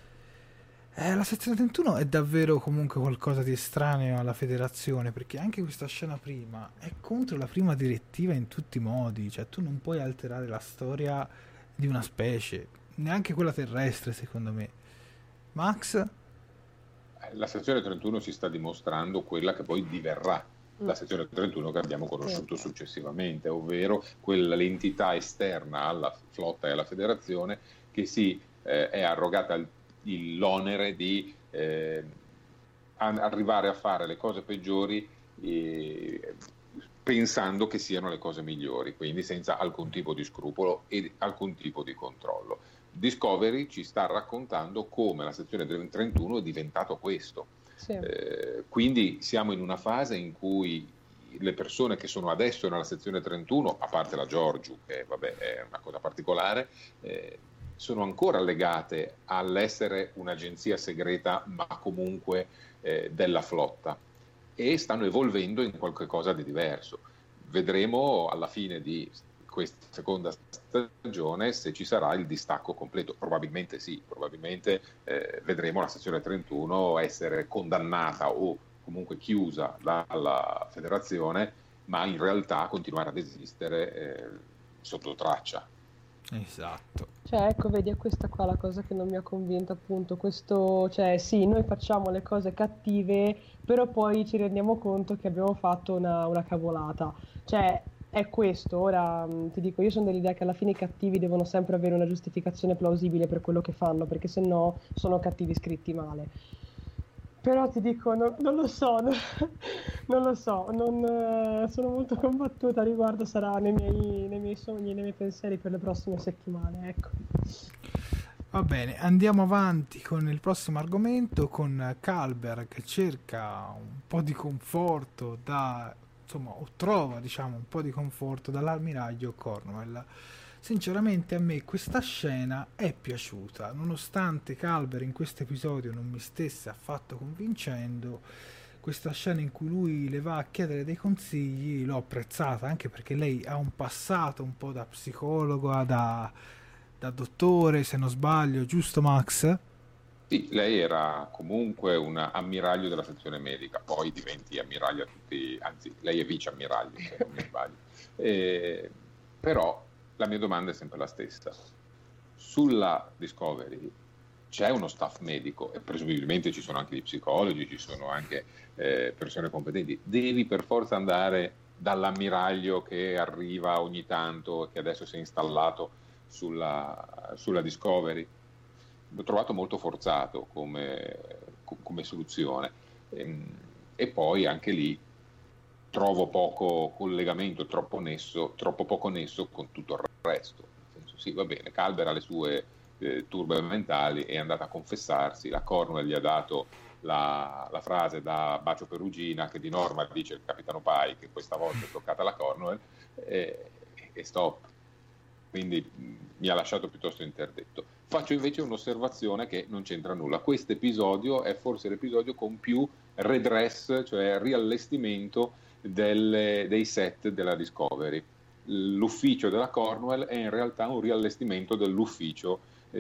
La sezione 31 è davvero comunque qualcosa di estraneo alla federazione, perché anche questa scena prima è contro la prima direttiva in tutti i modi. Cioè, tu non puoi alterare la storia di una specie, neanche quella terrestre, secondo me. Max? La sezione 31 si sta dimostrando quella che poi diverrà la sezione 31 che abbiamo conosciuto successivamente, ovvero quell'entità esterna alla flotta e alla federazione che si è arrogata l'onere di arrivare a fare le cose peggiori pensando che siano le cose migliori, quindi senza alcun tipo di scrupolo e alcun tipo di controllo. Discovery ci sta raccontando come la sezione 31 è diventato questo. Sì. Quindi siamo in una fase in cui le persone che sono adesso nella sezione 31, a parte la Giorgiu, che vabbè è una cosa particolare, sono ancora legate all'essere un'agenzia segreta, ma comunque della flotta, e stanno evolvendo in qualche cosa di diverso. Vedremo alla fine di questa seconda stagione se ci sarà il distacco completo. Probabilmente sì, probabilmente vedremo la sezione 31 essere condannata o comunque chiusa dalla federazione, ma in realtà continuare ad esistere sotto traccia. Esatto. Cioè, ecco, vedi, è questa qua la cosa che non mi ha convinto, appunto, questo, cioè, sì, noi facciamo le cose cattive, però poi ci rendiamo conto che abbiamo fatto una cavolata. Cioè, è questo. Ora ti dico, io sono dell'idea che alla fine i cattivi devono sempre avere una giustificazione plausibile per quello che fanno, perché sennò sono cattivi scritti male. Però ti dico, non lo so, non lo so, sono molto combattuta a riguardo, sarà nei miei sogni, nei miei pensieri per le prossime settimane, ecco. Va bene, andiamo avanti con il prossimo argomento, con Culber che cerca un po' di conforto o trova, diciamo, un po' di conforto dall'ammiraglio Cornwell. Sinceramente a me questa scena è piaciuta, nonostante Culber in questo episodio non mi stesse affatto convincendo. Questa scena in cui lui le va a chiedere dei consigli l'ho apprezzata, anche perché lei ha un passato un po' da psicologa, da dottore, se non sbaglio, giusto Max? Sì, lei era comunque un ammiraglio della sezione medica, poi diventi ammiraglio a tutti, anzi lei è vice ammiraglio se non mi sbaglio. Però la mia domanda è sempre la stessa. Sulla Discovery c'è uno staff medico e presumibilmente ci sono anche gli psicologi, ci sono anche persone competenti. Devi per forza andare dall'ammiraglio che arriva ogni tanto, che adesso si è installato sulla Discovery. L'ho trovato molto forzato come soluzione. E poi anche lì trovo poco collegamento, troppo poco nesso con tutto il resto. Nel senso, sì, va bene, Culber ha le sue turbe mentali, è andata a confessarsi, la Cornwell gli ha dato la frase da Bacio Perugina, che di norma dice il capitano Pike, che questa volta è toccata la Cornwell, e stop. Quindi mi ha lasciato piuttosto interdetto. Faccio invece un'osservazione che non c'entra nulla. Questo episodio è forse l'episodio con più redress, cioè riallestimento dei set della Discovery. L'ufficio della Cornwell è in realtà un riallestimento dell'ufficio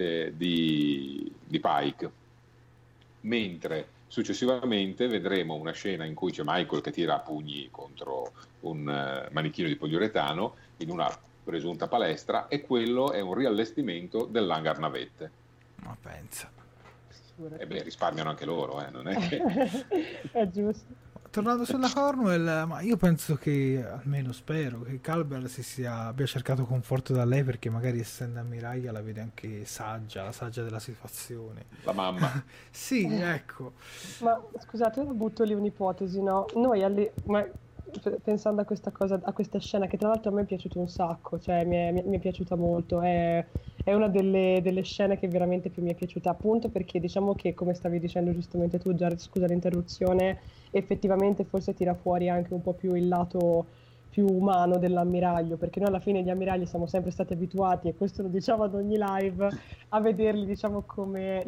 di Pike, mentre successivamente vedremo una scena in cui c'è Michael che tira a pugni contro un manichino di poliuretano in una presunta palestra, e quello è un riallestimento dell'hangar navette. Ma pensa. E beh, risparmiano anche loro, non è che... È giusto. Tornando sulla Cornwell, ma io penso che, almeno spero, che Culber abbia cercato conforto da lei, perché magari essendo ammiraglia la vede anche la saggia della situazione. La mamma. Sì, ecco. Ma scusate, ora butto lì un'ipotesi, no? Noi pensando a questa cosa, a questa scena, che tra l'altro a me è piaciuta un sacco, cioè mi è piaciuta molto, è una delle scene che veramente più mi è piaciuta, appunto perché diciamo che, come stavi dicendo giustamente tu, Jared, scusa l'interruzione, effettivamente forse tira fuori anche un po' più il lato più umano dell'ammiraglio, perché noi alla fine gli ammiragli siamo sempre stati abituati, e questo lo diciamo ad ogni live, a vederli diciamo come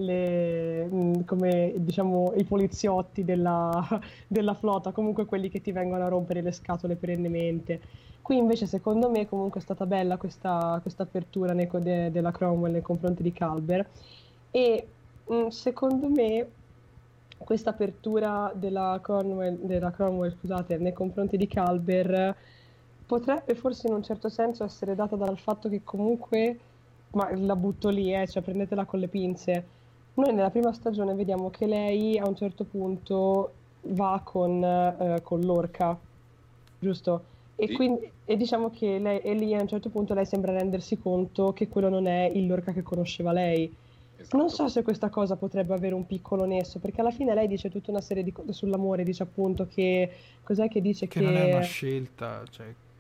diciamo i poliziotti della flotta, comunque quelli che ti vengono a rompere le scatole perennemente. Qui invece secondo me comunque è stata bella questa apertura della Cromwell nei confronti di Culber, e secondo me questa apertura della Cromwell, scusate, nei confronti di Culber potrebbe forse in un certo senso essere data dal fatto che comunque, ma la butto lì, cioè prendetela con le pinze, noi nella prima stagione vediamo che lei a un certo punto va con l'orca, giusto? E, sì. quindi, e diciamo che lì a un certo punto lei sembra rendersi conto che quello non è il l'orca che conosceva lei. Esatto. Non so se questa cosa potrebbe avere un piccolo nesso, perché alla fine lei dice tutta una serie di cose sull'amore, dice appunto che cos'è che dice che non è una scelta, cioè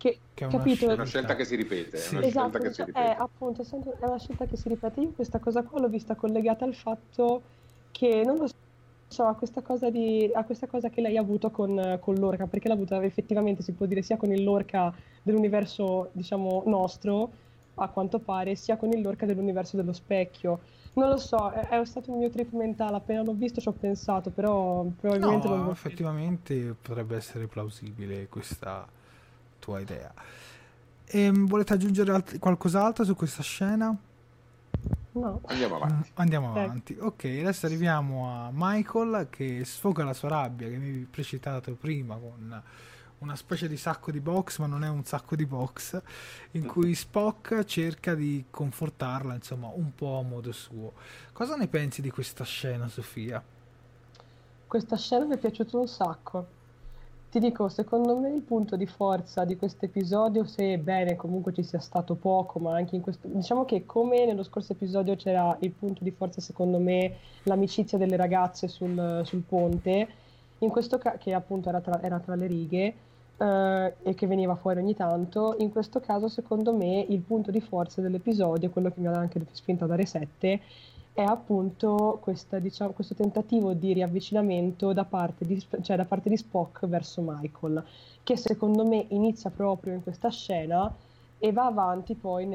è capito? Una scelta che si ripete. Sì. Esatto, che si ripete. appunto, è una scelta che si ripete. Io questa cosa qua l'ho vista collegata al fatto che, non lo so, a questa cosa che lei ha avuto con l'orca, perché l'ha avuta effettivamente, si può dire, sia con il Lorca dell'universo, diciamo, nostro, a quanto pare, sia con il Lorca dell'universo dello specchio. Non lo so, è stato un mio trip mentale, appena l'ho visto ci ho pensato, però probabilmente non No, lo effettivamente potrebbe essere plausibile questa tua idea. Volete aggiungere qualcos'altro su questa scena? No. Andiamo avanti. Andiamo avanti. Ok, adesso arriviamo a Michael che sfoga la sua rabbia che mi avevi precitato prima con una specie di sacco di box, ma non è un sacco di box, in cui Spock cerca di confortarla, insomma, un po' a modo suo. Cosa ne pensi di questa scena, Sofia? Questa scena mi è piaciuta un sacco. Ti dico, secondo me il punto di forza di questo episodio, sebbene comunque ci sia stato poco, ma anche in questo, diciamo che come nello scorso episodio c'era il punto di forza, secondo me, l'amicizia delle ragazze sul ponte, in questo che appunto era tra le righe, e che veniva fuori ogni tanto, in questo caso secondo me il punto di forza dell'episodio, quello che mi ha anche spinto a dare 7, è appunto questo tentativo di riavvicinamento da parte di Spock verso Michael, che secondo me inizia proprio in questa scena e va avanti poi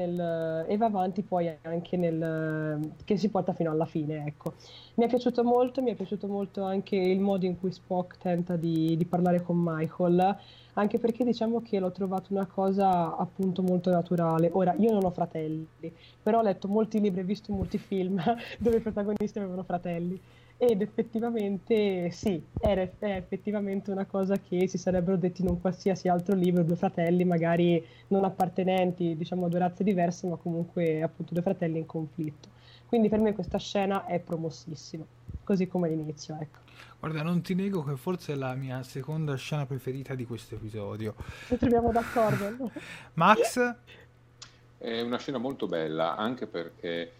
anche che si porta fino alla fine, ecco. Mi è piaciuto molto anche il modo in cui Spock tenta di parlare con Michael, anche perché diciamo che l'ho trovato una cosa appunto molto naturale. Ora, io non ho fratelli, però ho letto molti libri e visto molti film dove i protagonisti avevano fratelli, ed effettivamente sì, è effettivamente una cosa che si sarebbero detti in un qualsiasi altro libro, due fratelli magari non appartenenti, diciamo, a due razze diverse, ma comunque appunto due fratelli in conflitto. Quindi per me questa scena è promossissima, così come l'inizio, ecco. Guarda, non ti nego che forse è la mia seconda scena preferita di questo episodio. Ci troviamo d'accordo. Max? È una scena molto bella, anche perché,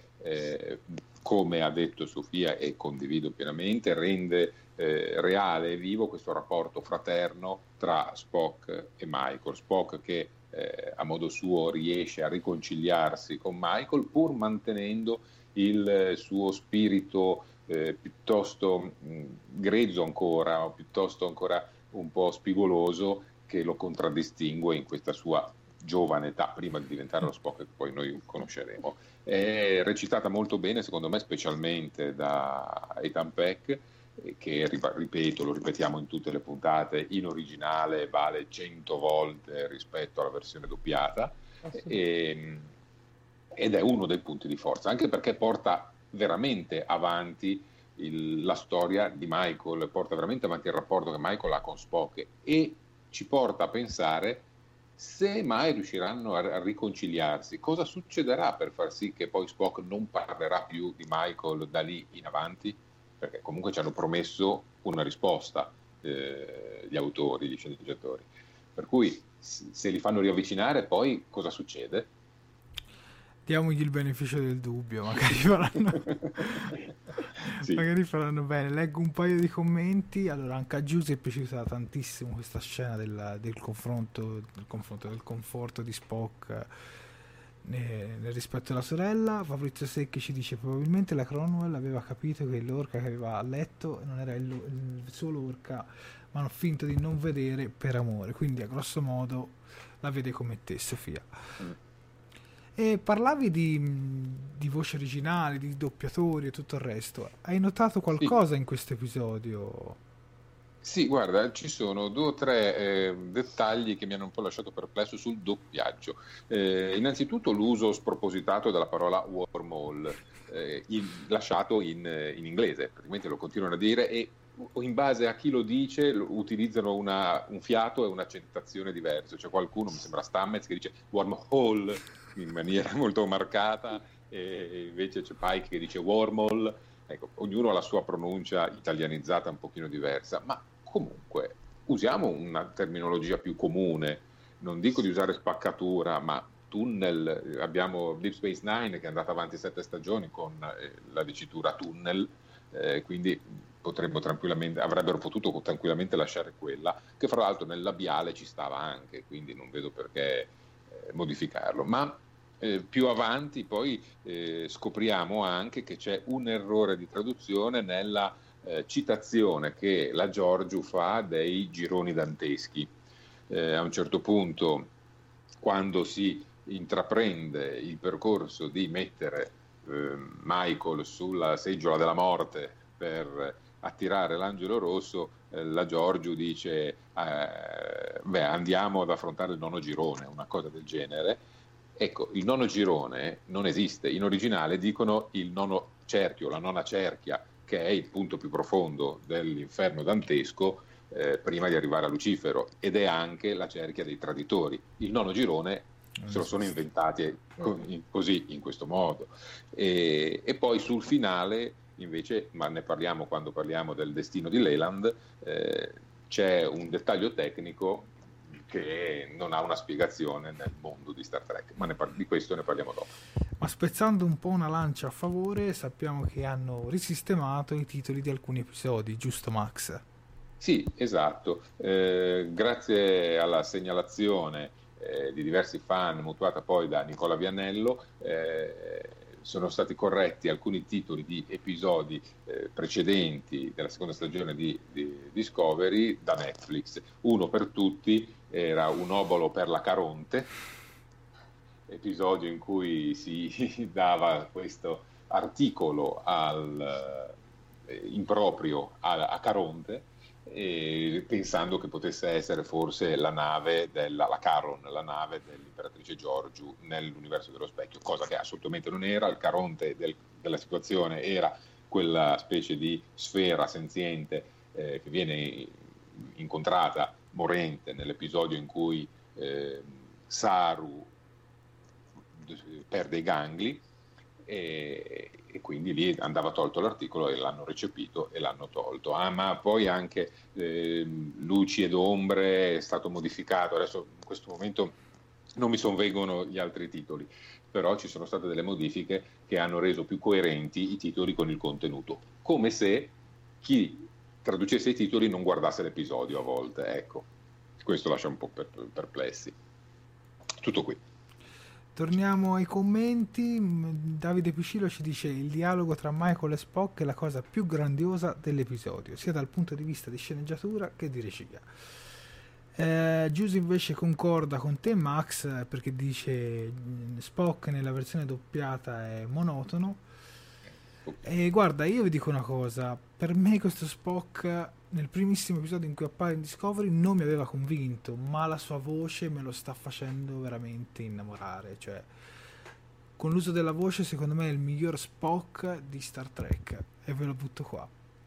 come ha detto Sofia, e condivido pienamente, rende reale e vivo questo rapporto fraterno tra Spock e Michael. Spock che a modo suo riesce a riconciliarsi con Michael, pur mantenendo il suo spirito piuttosto grezzo ancora, o piuttosto ancora un po' spigoloso, che lo contraddistingue in questa sua giovane età, prima di diventare lo Spock che poi noi conosceremo. È recitata molto bene, secondo me, specialmente da Ethan Peck, che, ripeto, lo ripetiamo in tutte le puntate, in originale vale 100 volte rispetto alla versione doppiata, ed è uno dei punti di forza, anche perché porta veramente avanti la storia di Michael, porta veramente avanti il rapporto che Michael ha con Spock, e ci porta a pensare se mai riusciranno a riconciliarsi, cosa succederà per far sì che poi Spock non parlerà più di Michael da lì in avanti, perché comunque ci hanno promesso una risposta gli autori, gli sceneggiatori, per cui se li fanno riavvicinare poi cosa succede? Diamogli il beneficio del dubbio, magari faranno Sì. magari faranno bene. Leggo un paio di commenti. Allora, anche a Giuseppe è piaciuta tantissimo questa scena del conforto di Spock nel rispetto alla sorella. Fabrizio Secchi ci dice: probabilmente la Cronwell aveva capito che l'orca che aveva a letto non era il suo l'orca, ma hanno finto di non vedere per amore, quindi a grosso modo la vede come te, Sofia. E parlavi di voci originali, di doppiatori e tutto il resto. Hai notato qualcosa in questo episodio? Sì, guarda, ci sono 2 o 3 dettagli che mi hanno un po' lasciato perplesso sul doppiaggio. Innanzitutto l'uso spropositato della parola wormhole, lasciato in inglese, praticamente lo continuano a dire, e in base a chi lo dice utilizzano un fiato e un'accettazione diversa. C'è qualcuno, mi sembra Stamets, che dice wormhole in maniera molto marcata, e invece c'è Pike che dice wormhole. Ecco, ognuno ha la sua pronuncia italianizzata un pochino diversa, ma comunque usiamo una terminologia più comune. Non dico di usare spaccatura, ma tunnel. Abbiamo Deep Space Nine che è andata avanti 7 stagioni con la dicitura tunnel, quindi avrebbero potuto tranquillamente lasciare quella, che fra l'altro nel labiale ci stava anche, quindi non vedo perché modificarlo. Ma più avanti poi scopriamo anche che c'è un errore di traduzione nella citazione che la Giorgiu fa dei gironi danteschi. A un certo punto, quando si intraprende il percorso di mettere Michael sulla seggiola della morte per attirare l'angelo rosso, la Giorgiu dice andiamo ad affrontare il nono girone, una cosa del genere. Ecco, il nono girone non esiste, in originale dicono il nono cerchio, la nona cerchia, che è il punto più profondo dell'inferno dantesco prima di arrivare a Lucifero, ed è anche la cerchia dei traditori. Il nono girone se lo sono inventati così, in questo modo, e poi sul finale invece, ma ne parliamo quando parliamo del destino di Leland, c'è un dettaglio tecnico che non ha una spiegazione nel mondo di Star Trek, ma di questo ne parliamo dopo. Ma spezzando un po' una lancia a favore, sappiamo che hanno risistemato i titoli di alcuni episodi, giusto Max? Sì, esatto, grazie alla segnalazione di diversi fan mutuata poi da Nicola Vianello, sono stati corretti alcuni titoli di episodi precedenti della seconda stagione di Discovery da Netflix. Uno per tutti era Un obolo per la Caronte, episodio in cui si dava questo articolo improprio a Caronte, pensando che potesse essere forse la nave la Caron, la nave dell'imperatrice Giorgiu nell'universo dello specchio, cosa che assolutamente non era. Il Caronte della situazione era quella specie di sfera senziente che viene incontrata morente nell'episodio in cui Saru perde i gangli, e quindi lì andava tolto l'articolo e l'hanno recepito e l'hanno tolto. Ma poi anche Luci ed Ombre è stato modificato. Adesso in questo momento non mi sovvengono gli altri titoli, però ci sono state delle modifiche che hanno reso più coerenti i titoli con il contenuto, come se chi traducesse i titoli non guardasse l'episodio a volte. Ecco, questo lascia un po' perplessi. Tutto qui. Torniamo ai commenti. Davide Piscillo ci dice: il dialogo tra Michael e Spock è la cosa più grandiosa dell'episodio, sia dal punto di vista di sceneggiatura che di regia. Giuse invece concorda con te Max, perché dice Spock nella versione doppiata è monotono. E guarda, io vi dico una cosa, per me questo Spock nel primissimo episodio in cui appare in Discovery non mi aveva convinto, ma la sua voce me lo sta facendo veramente innamorare. Cioè, con l'uso della voce secondo me è il miglior Spock di Star Trek, e ve lo butto qua.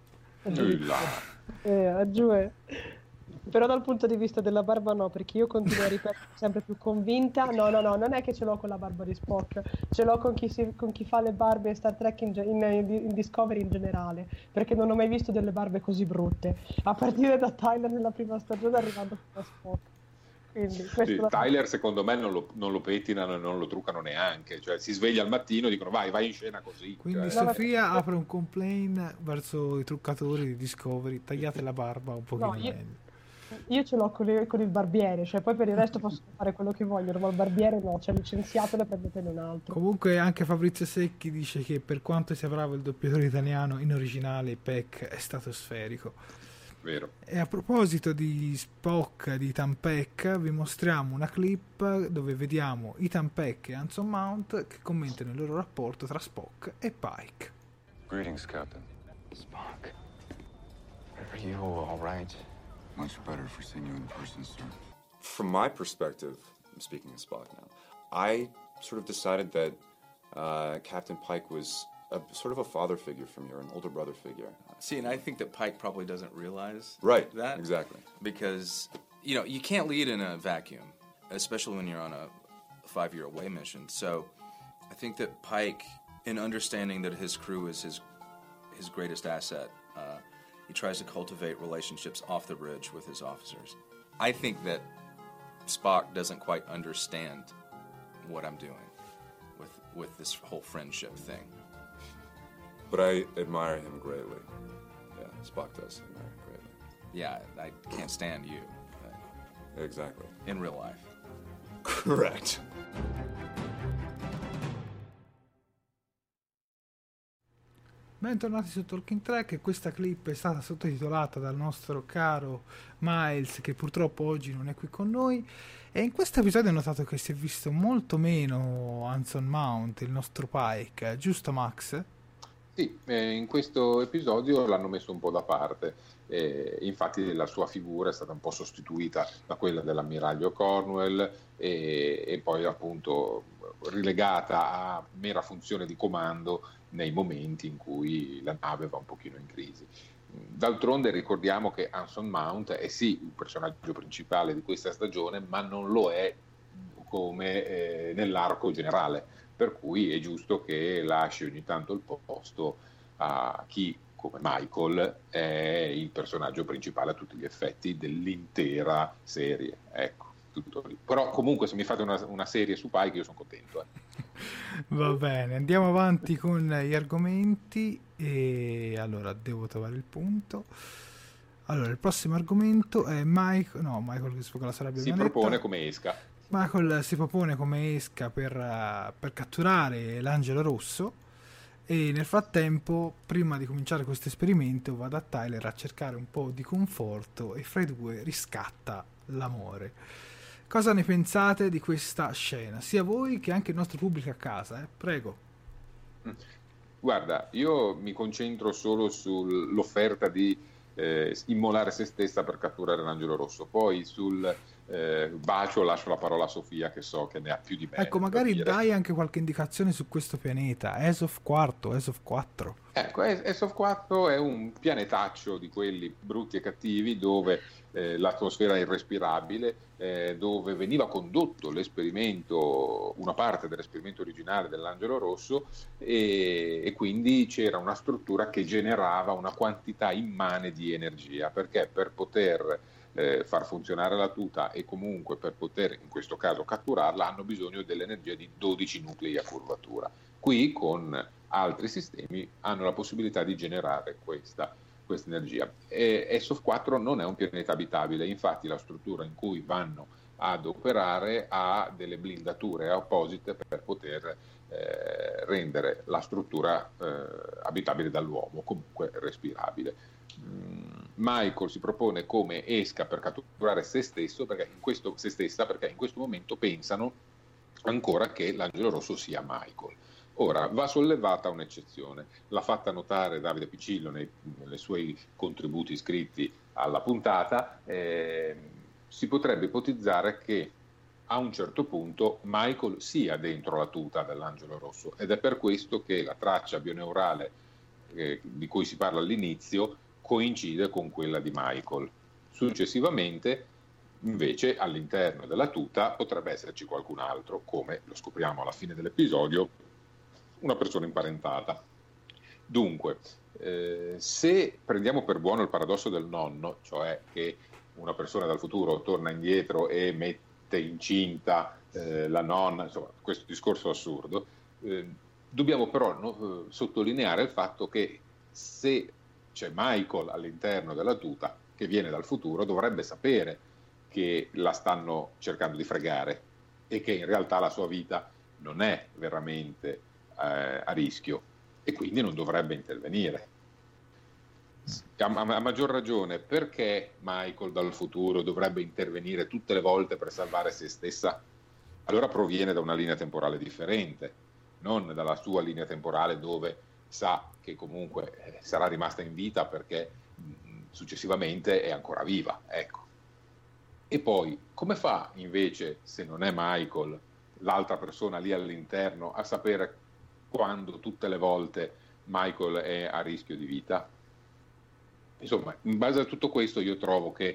Però dal punto di vista della barba no, perché io continuo a ripetere sempre più convinta. No, non è che ce l'ho con la barba di Spock, ce l'ho con chi fa le barbe in Star Trek in Discovery in generale, perché non ho mai visto delle barbe così brutte, a partire da Tyler nella prima stagione arrivando a Spock. Quindi, Tyler secondo me non lo pettinano e non lo truccano neanche, cioè si sveglia al mattino e dicono vai in scena così. Quindi Sofia apre un complaint verso i truccatori di Discovery: tagliate la barba un pochino meglio. Io ce l'ho con il barbiere, cioè poi per il resto posso fare quello che vogliono, ma il barbiere no, cioè licenziatelo e prendetene un altro. Comunque anche Fabrizio Secchi dice che per quanto sia bravo il doppiatore italiano, in originale Peck è stato sferico. Vero. E a proposito di Spock, di Ethan Peck, vi mostriamo una clip dove vediamo Ethan Peck e Anson Mount che commentano il loro rapporto tra Spock e Pike. Greetings, Captain. Spock. Are you all right? Much better for seeing you in person, sir. From my perspective, I'm speaking of Spock now, I sort of decided that Captain Pike was sort of a father figure for me, or an older brother figure. See, and I think that Pike probably doesn't realize that. Exactly. Because, you can't lead in a vacuum, especially when you're on a 5-year away mission. So I think that Pike, in understanding that his crew is his greatest asset, he tries to cultivate relationships off the bridge with his officers. I think that Spock doesn't quite understand what I'm doing with this whole friendship thing. But I admire him greatly. Yeah. Spock does in there, right? Yeah, I can't stand you. Exactly. In real life. Correct. Bentornati su Talking Track. Questa clip è stata sottotitolata dal nostro caro Miles, che purtroppo oggi non è qui con noi, e in questo episodio ho notato che si è visto molto meno Anson Mount, il nostro Pike, giusto Max? Sì, in questo episodio l'hanno messo un po' da parte, infatti la sua figura è stata un po' sostituita da quella dell'ammiraglio Cornwell e poi appunto rilegata a mera funzione di comando nei momenti in cui la nave va un pochino in crisi. D'altronde ricordiamo che Anson Mount è sì il personaggio principale di questa stagione, ma non lo è come nell'arco generale, per cui è giusto che lasci ogni tanto il posto a chi, come Michael, è il personaggio principale a tutti gli effetti dell'intera serie. Ecco, tutto lì. Però comunque se mi fate una serie su Pike io sono contento. Va bene, andiamo avanti con gli argomenti e allora devo trovare il punto. Allora, il prossimo argomento è Michael che sfoga la sabbia. Si propone come esca. Michael si propone come esca per catturare l'angelo rosso, e nel frattempo, prima di cominciare questo esperimento, va da Tyler a cercare un po' di conforto e fra i due riscatta l'amore. Cosa ne pensate di questa scena? Sia voi che anche il nostro pubblico a casa, Prego. Guarda, io mi concentro solo sull'offerta di immolare se stessa per catturare l'angelo rosso. Poi sul bacio lascio la parola a Sofia, che so che ne ha più di me. Ecco, magari dai anche qualche indicazione su questo pianeta, Azoth 4. Ecco, Azoth 4 è un pianetaccio di quelli brutti e cattivi, dove l'atmosfera è irrespirabile, dove veniva condotto l'esperimento, una parte dell'esperimento originale dell'angelo rosso, e quindi c'era una struttura che generava una quantità immane di energia, perché per poter far funzionare la tuta e comunque per poter in questo caso catturarla hanno bisogno dell'energia di 12 nuclei a curvatura. Qui con altri sistemi hanno la possibilità di generare questa energia. Azoth 4 non è un pianeta abitabile, infatti la struttura in cui vanno ad operare ha delle blindature apposite per poter rendere la struttura abitabile dall'uomo, comunque respirabile. Michael si propone come esca per catturare se stessa, perché in questo momento pensano ancora che l'angelo rosso sia Michael. Ora, va sollevata un'eccezione, l'ha fatta notare Davide Piccillo nei suoi contributi scritti alla puntata. Si potrebbe ipotizzare che a un certo punto Michael sia dentro la tuta dell'angelo rosso, ed è per questo che la traccia bioneurale di cui si parla all'inizio coincide con quella di Michael. Successivamente, invece, all'interno della tuta potrebbe esserci qualcun altro, come lo scopriamo alla fine dell'episodio, una persona imparentata. Dunque, se prendiamo per buono il paradosso del nonno, cioè che una persona dal futuro torna indietro e mette incinta la nonna, insomma, questo discorso assurdo, dobbiamo però sottolineare il fatto che se c'è Michael all'interno della tuta che viene dal futuro, dovrebbe sapere che la stanno cercando di fregare e che in realtà la sua vita non è veramente a rischio, e quindi non dovrebbe intervenire. A maggior ragione, perché Michael dal futuro dovrebbe intervenire tutte le volte per salvare se stessa? Allora proviene da una linea temporale differente, non dalla sua linea temporale dove sa che comunque sarà rimasta in vita perché successivamente è ancora viva, ecco. E poi come fa invece, se non è Michael, l'altra persona lì all'interno, a sapere quando tutte le volte Michael è a rischio di vita? Insomma, in base a tutto questo io trovo che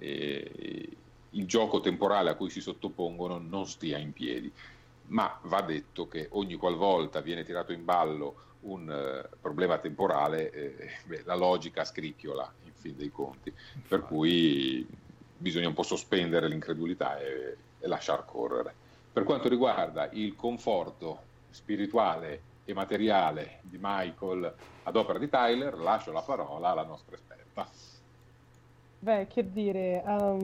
il gioco temporale a cui si sottopongono non stia in piedi, ma va detto che ogni qualvolta viene tirato in ballo un problema temporale, la logica scricchiola in fin dei conti, per cui bisogna un po' sospendere l'incredulità e lasciar correre. Per quanto riguarda il conforto spirituale e materiale di Michael ad opera di Tyler, lascio la parola alla nostra esperta. Beh, che dire,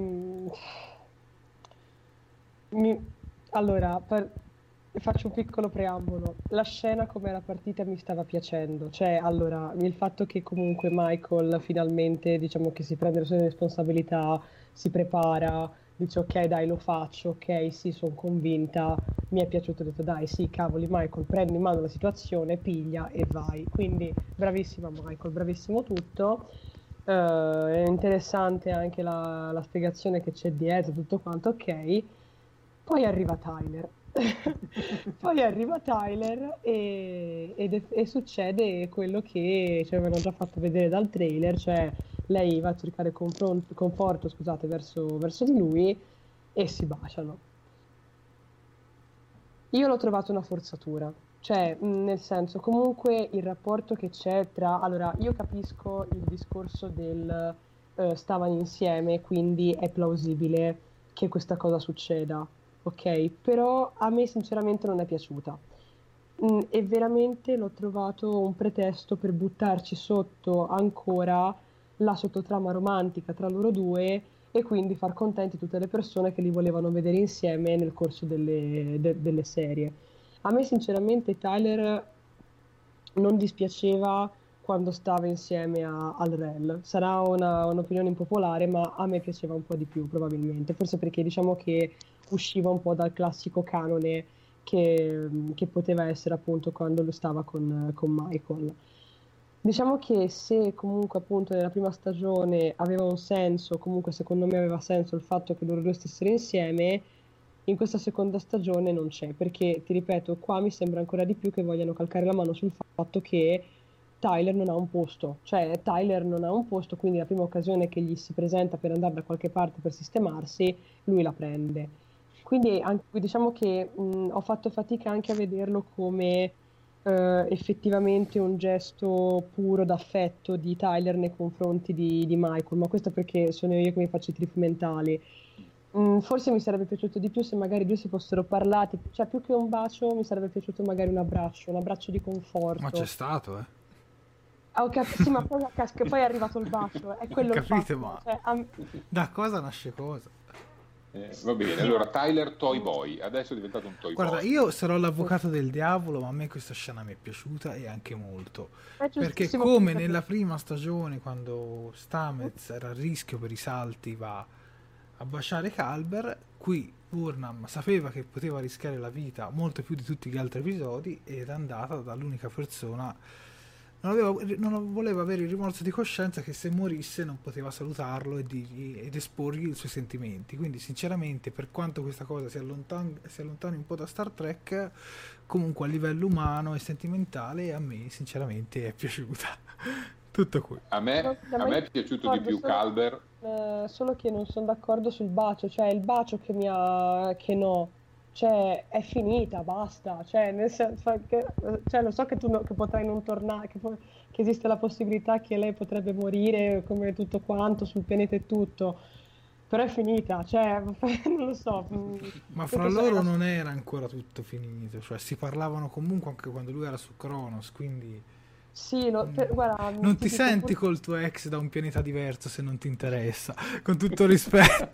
allora, faccio un piccolo preambolo. La scena come era partita mi stava piacendo, cioè, allora, il fatto che comunque Michael finalmente, diciamo che si prende le sue responsabilità, si prepara, dice ok dai lo faccio, ok sì sono convinta, mi è piaciuto, ho detto dai sì cavoli Michael, prendi in mano la situazione, piglia e vai, quindi bravissima Michael, bravissimo tutto. È interessante anche la spiegazione che c'è dietro, tutto quanto ok. Poi arriva Tyler. Poi arriva Tyler e succede quello che ci avevano già fatto vedere dal trailer, cioè lei va a cercare conforto, scusate, verso di lui e si baciano. Io l'ho trovato una forzatura, cioè nel senso comunque il rapporto che c'è tra... Allora, io capisco il discorso del stavano insieme, quindi è plausibile che questa cosa succeda. Ok, però a me sinceramente non è piaciuta e veramente l'ho trovato un pretesto per buttarci sotto ancora la sottotrama romantica tra loro due e quindi far contenti tutte le persone che li volevano vedere insieme nel corso delle serie. A me sinceramente Tyler non dispiaceva quando stava insieme al Rel. Sarà un'opinione impopolare, ma a me piaceva un po' di più probabilmente, forse perché diciamo che usciva un po' dal classico canone che poteva essere appunto quando lo stava con Michael. Diciamo che se comunque appunto nella prima stagione aveva un senso, comunque secondo me aveva senso il fatto che loro due stessero insieme, in questa seconda stagione non c'è, perché ti ripeto, qua mi sembra ancora di più che vogliano calcare la mano sul fatto che Tyler non ha un posto, cioè Tyler non ha un posto, quindi la prima occasione che gli si presenta per andare da qualche parte per sistemarsi, lui la prende. Quindi diciamo che ho fatto fatica anche a vederlo come effettivamente un gesto puro d'affetto di Tyler nei confronti di Michael, ma questo perché sono io che mi faccio i trip mentali. Forse mi sarebbe piaciuto di più se magari due si fossero parlati, cioè più che un bacio mi sarebbe piaciuto magari un abbraccio di conforto. Ma c'è stato, Sì, ma poi è arrivato il bacio, è quello il capite, fatto. ma da cosa nasce cosa? Va bene, allora Tyler Toy Boy, adesso è diventato un Toy Guarda, Boy. io sarò l'avvocato del diavolo, ma a me questa scena mi è piaciuta e anche molto. Perché come nella prima stagione, quando Stamets era a rischio per i salti, va a baciare Culber, qui Burnham sapeva che poteva rischiare la vita molto più di tutti gli altri episodi ed è andata dall'unica persona... Non voleva avere il rimorso di coscienza che se morisse non poteva salutarlo ed esporgli i suoi sentimenti. Quindi sinceramente, per quanto questa cosa si allontani un po' da Star Trek, comunque a livello umano e sentimentale a me sinceramente è piaciuta. Tutto qui. A me è piaciuto di più Culber. Solo che non sono d'accordo sul bacio, cioè il bacio che no. Cioè è finita, basta, cioè nel senso che, cioè, lo so che tu che potrai non tornare, che esiste la possibilità che lei potrebbe morire come tutto quanto sul pianeta e tutto, però è finita, cioè non lo so. Ma fra loro non era ancora tutto finito, cioè si parlavano comunque anche quando lui era su Kronos, quindi sì, guarda, non ti senti col tuo ex da un pianeta diverso se non ti interessa, con tutto rispetto.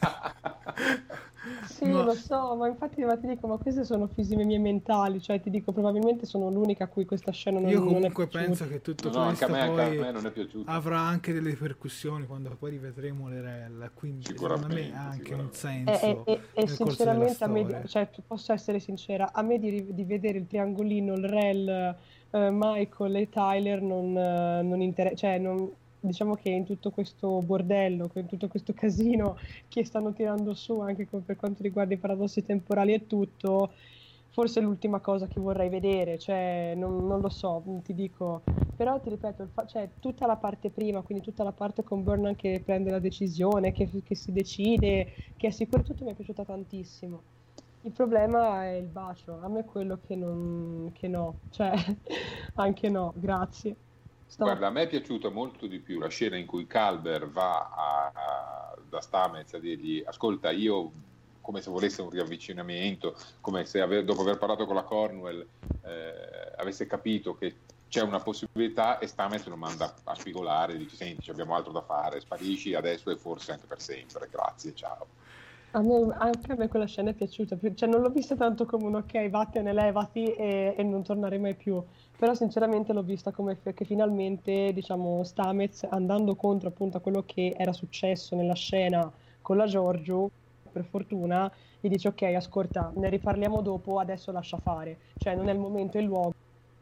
Sì, lo so, ma infatti ti dico, ma queste sono fisime mie mentali, cioè ti dico, probabilmente sono l'unica a cui questa scena non è piaciuta. Io comunque penso che tutto questo anche a me non è piaciuto. Avrà anche delle ripercussioni quando poi rivedremo le rel, quindi secondo me ha anche un senso. E sinceramente a me, cioè posso essere sincera, a me di vedere il triangolino, il rel, Michael e Tyler non interessa, cioè non... Diciamo che in tutto questo bordello, in tutto questo casino che stanno tirando su anche per quanto riguarda i paradossi temporali e tutto, forse è l'ultima cosa che vorrei vedere, cioè non lo so, ti dico, però ti ripeto, cioè tutta la parte prima, quindi tutta la parte con Burnham che prende la decisione, che si decide, che è sicuro, tutto mi è piaciuta tantissimo. Il problema è il bacio, a me è quello che no, cioè anche no, grazie. Guarda, a me è piaciuta molto di più la scena in cui Culber va da Stamets a dirgli ascolta, io come se volesse un riavvicinamento, come se dopo aver parlato con la Cornwell avesse capito che c'è una possibilità e Stamets lo manda a spigolare, dice senti abbiamo altro da fare, sparisci adesso e forse anche per sempre, grazie, ciao. Anche a me quella scena è piaciuta, cioè non l'ho vista tanto come un ok, vattene, levati e non tornare mai più, però sinceramente l'ho vista come che finalmente, diciamo, Stamets, andando contro appunto a quello che era successo nella scena con la Giorgio, per fortuna, gli dice ok, ascolta, ne riparliamo dopo, adesso lascia fare, cioè non è il momento e il luogo,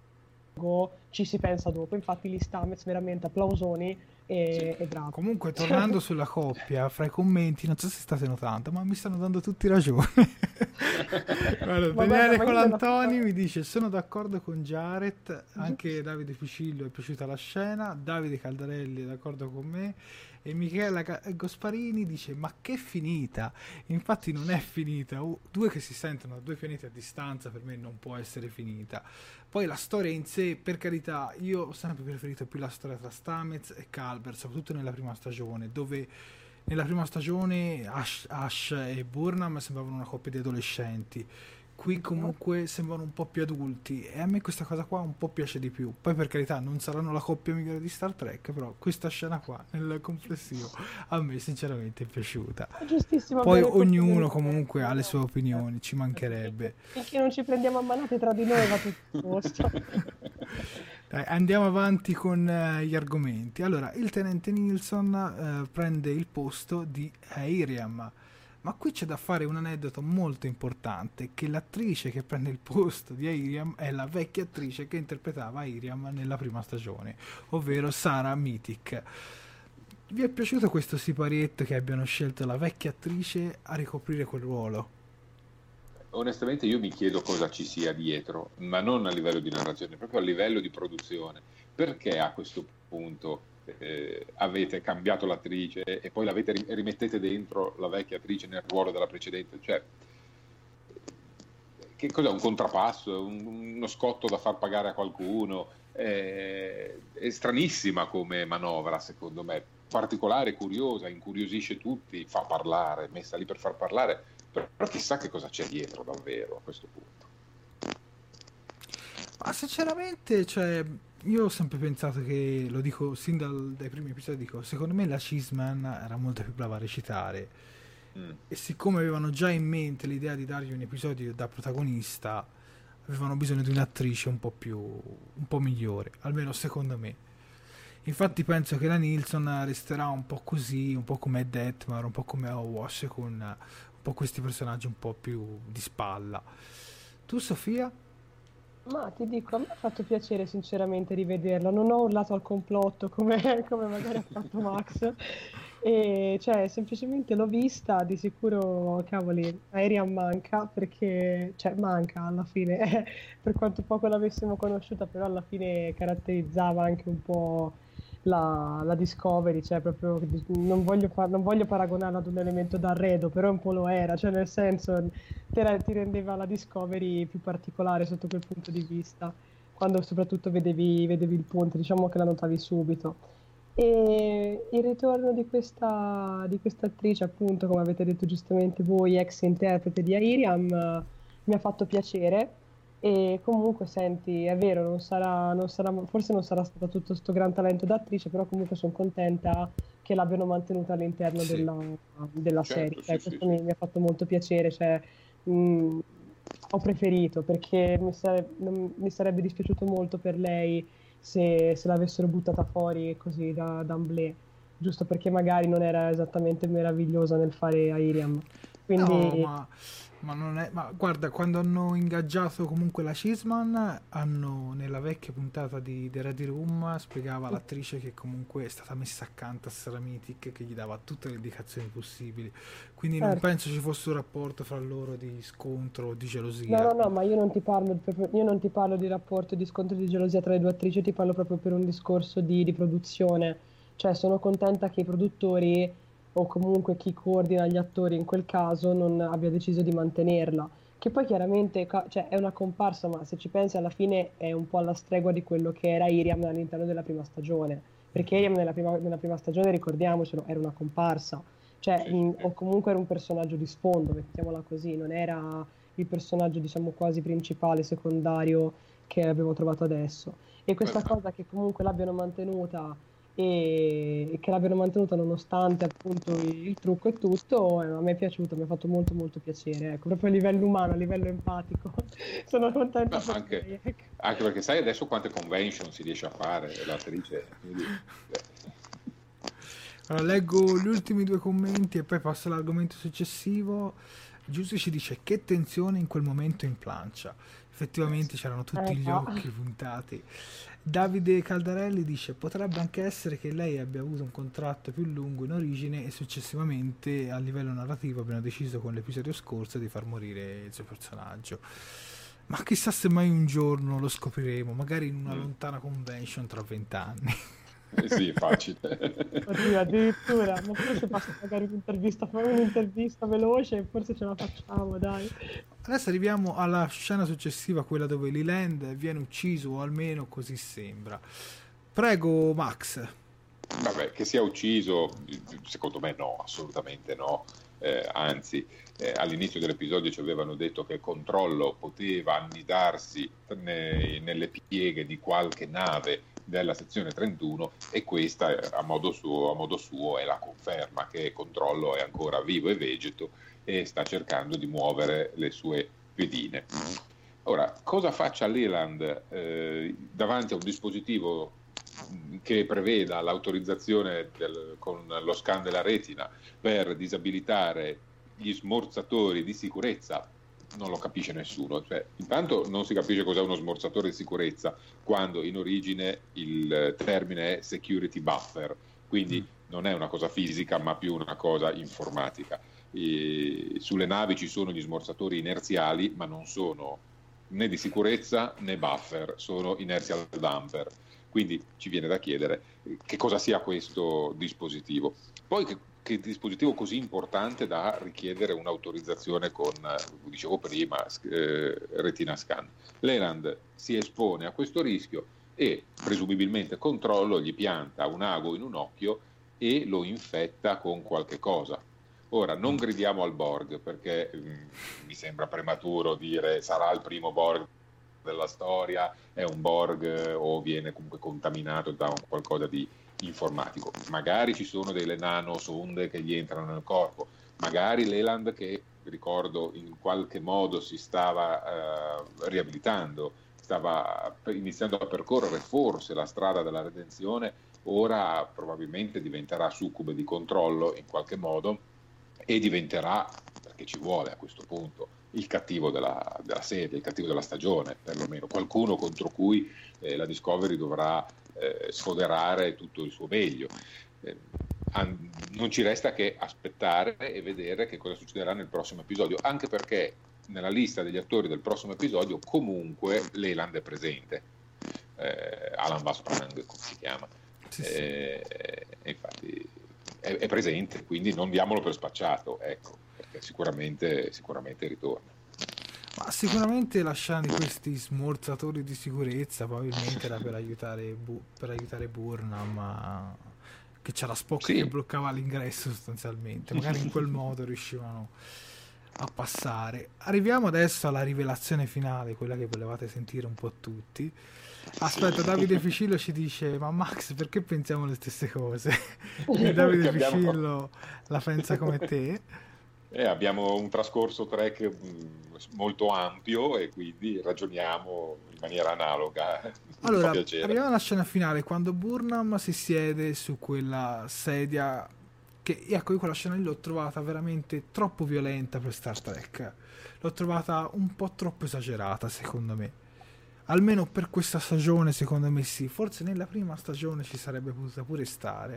ci si pensa dopo. Infatti gli Stamets veramente applausoni e bravo. Comunque, tornando sulla coppia, fra i commenti, non so se state notando, ma mi stanno dando tutti ragione. Guarda, Daniele Colantoni mi dice sono d'accordo con Jared, anche Davide Picillo è piaciuta la scena, Davide Caldarelli è d'accordo con me, e Michela Gosparini dice ma che finita. Infatti non è finita, due che si sentono da due pianeti a distanza per me non può essere finita. Poi la storia in sé, per carità, io ho sempre preferito più la storia tra Stamets e Culber, soprattutto nella prima stagione, dove nella prima stagione Ash e Burnham sembravano una coppia di adolescenti. Qui comunque sembrano un po' più adulti e a me questa cosa qua un po' piace di più. Poi per carità non saranno la coppia migliore di Star Trek, però questa scena qua nel complessivo a me sinceramente è piaciuta. È giustissimo. Poi ognuno comunque ha le sue opinioni, ci mancherebbe. Finché non ci prendiamo a manate tra di noi va tutto a posto. Dai, andiamo avanti con gli argomenti. Allora, il tenente Nilsson prende il posto di Airiam. Ma qui c'è da fare un aneddoto molto importante, che l'attrice che prende il posto di Airiam è la vecchia attrice che interpretava Airiam nella prima stagione, ovvero Sara Mitic. Vi è piaciuto questo siparietto che abbiano scelto la vecchia attrice a ricoprire quel ruolo? Onestamente io mi chiedo cosa ci sia dietro, ma non a livello di narrazione, proprio a livello di produzione. Perché a questo punto avete cambiato l'attrice e poi rimettete dentro la vecchia attrice nel ruolo della precedente? Cioè, che cos'è? Un contrappasso? Uno scotto da far pagare a qualcuno? È stranissima come manovra, secondo me, particolare, curiosa, incuriosisce tutti, fa parlare, messa lì per far parlare, però chissà che cosa c'è dietro davvero a questo punto. Ma sinceramente, cioè, io ho sempre pensato che, lo dico sin dai primi episodi, dico, secondo me la Cheeseman era molto più brava a recitare e siccome avevano già in mente l'idea di dargli un episodio da protagonista, avevano bisogno di un'attrice un po' migliore, almeno secondo me. Infatti penso che la Nilsson resterà un po' così, un po' come Detmar, un po' come Wash, con un po' questi personaggi un po' più di spalla. Tu, Sofia? Ma ti dico, a me ha fatto piacere sinceramente rivederla, non ho urlato al complotto come magari ha fatto Max, e cioè semplicemente l'ho vista, di sicuro, cavoli, Airiam manca, perché, cioè manca alla fine, per quanto poco l'avessimo conosciuta, però alla fine caratterizzava anche un po' la Discovery, cioè proprio non voglio paragonarla ad un elemento d'arredo, però un po' lo era, cioè nel senso ti rendeva la Discovery più particolare sotto quel punto di vista, quando soprattutto vedevi il ponte, diciamo che la notavi subito. E il ritorno di questa attrice, appunto, come avete detto giustamente voi, ex interprete di Airiam, mi ha fatto piacere. E comunque senti, è vero, forse non sarà stato tutto sto gran talento d'attrice, però comunque sono contenta che l'abbiano mantenuta all'interno della serie, cioè, questo mi ha fatto molto piacere, cioè, ho preferito, perché mi sarebbe dispiaciuto molto per lei se l'avessero buttata fuori così da d'emblée, giusto perché magari non era esattamente meravigliosa nel fare Airiam, quindi... No, ma non è, ma guarda, quando hanno ingaggiato comunque la Cheeseman, hanno nella vecchia puntata di The Ready Room spiegava l'attrice che comunque è stata messa accanto a Sara Mitic, che gli dava tutte le indicazioni possibili, quindi non penso ci fosse un rapporto fra loro di scontro, di gelosia. No, ma io non ti parlo di rapporto di scontro, di gelosia tra le due attrici, io ti parlo proprio per un discorso di produzione, cioè sono contenta che i produttori o comunque chi coordina gli attori in quel caso non abbia deciso di mantenerla, che poi chiaramente cioè, è una comparsa, ma se ci pensi alla fine è un po' alla stregua di quello che era Airiam all'interno della prima stagione, perché Airiam nella prima stagione, ricordiamocelo, era una comparsa, cioè o comunque era un personaggio di sfondo, mettiamola così, non era il personaggio diciamo quasi principale, secondario, che abbiamo trovato adesso. E questa cosa che comunque l'abbiano mantenuta e che l'abbiano mantenuta nonostante appunto il trucco e tutto, a me è piaciuto, mi ha fatto molto molto piacere, ecco, proprio a livello umano, a livello empatico. Sono contenta per anche, lei, ecco. anche perché sai adesso quante convention si riesce a fare l'attrice, quindi... Allora, leggo gli ultimi 2 commenti e poi passo all'argomento successivo. Giusto ci dice: che tensione in quel momento in plancia. Effettivamente c'erano tutti gli occhi puntati. Davide Caldarelli dice: potrebbe anche essere che lei abbia avuto un contratto più lungo in origine e successivamente a livello narrativo abbiano deciso con l'episodio scorso di far morire il suo personaggio. Ma chissà se mai un giorno lo scopriremo, magari in una lontana convention tra 20 anni. Sì, facile. Oddio, addirittura, ma forse basta magari un'intervista veloce e forse ce la facciamo, dai. Adesso arriviamo alla scena successiva, quella dove Leland viene ucciso, o almeno così sembra. Prego, Max. Vabbè, che sia ucciso, secondo me no, assolutamente no. Anzi, all'inizio dell'episodio ci avevano detto che il controllo poteva annidarsi nelle pieghe di qualche nave della sezione 31 e questa a modo suo è la conferma che il controllo è ancora vivo e vegeto e sta cercando di muovere le sue pedine. Ora, cosa faccia Leland davanti a un dispositivo che preveda l'autorizzazione con lo scan della retina per disabilitare gli smorzatori di sicurezza? Non lo capisce nessuno. Cioè, intanto non si capisce cos'è uno smorzatore di sicurezza quando in origine il termine è security buffer, quindi non è una cosa fisica ma più una cosa informatica. Sulle navi ci sono gli smorzatori inerziali ma non sono né di sicurezza né buffer, sono inertial damper, quindi ci viene da chiedere che cosa sia questo dispositivo. Poi che dispositivo così importante da richiedere un'autorizzazione con, dicevo prima, retina scan. Leland si espone a questo rischio e presumibilmente Controllo gli pianta un ago in un occhio e lo infetta con qualche cosa. Ora, non gridiamo al Borg perché mi sembra prematuro dire sarà il primo Borg della storia, è un Borg o viene comunque contaminato da qualcosa di informatico. Magari ci sono delle nanosonde che gli entrano nel corpo, magari Leland, che ricordo in qualche modo si stava riabilitando, stava iniziando a percorrere forse la strada della redenzione, ora probabilmente diventerà succube di Controllo in qualche modo e diventerà, perché ci vuole a questo punto, il cattivo della serie, il cattivo della stagione, perlomeno qualcuno contro cui la Discovery dovrà sfoderare tutto il suo meglio. Non ci resta che aspettare e vedere che cosa succederà nel prossimo episodio, anche perché nella lista degli attori del prossimo episodio comunque Leland è presente, Alan Vasprang come si chiama, sì. Infatti è presente, quindi non diamolo per spacciato, ecco, perché sicuramente ritorna. Ma sicuramente la scena di questi smorzatori di sicurezza probabilmente era per aiutare Burnham, che c'era Spock che bloccava l'ingresso sostanzialmente, magari in quel modo riuscivano a passare. Arriviamo adesso alla rivelazione finale, quella che volevate sentire un po' tutti. Aspetta, Davide Ficillo ci dice: ma Max, perché pensiamo le stesse cose? E Davide Ficillo la pensa come te. Abbiamo un trascorso track molto ampio e quindi ragioniamo in maniera analoga. Allora, arriviamo alla scena finale, quando Burnham si siede su quella sedia, che ecco, io quella scena lì l'ho trovata veramente troppo violenta per Star Trek, l'ho trovata un po' troppo esagerata secondo me, almeno per questa stagione secondo me sì, forse nella prima stagione ci sarebbe potuta pure stare.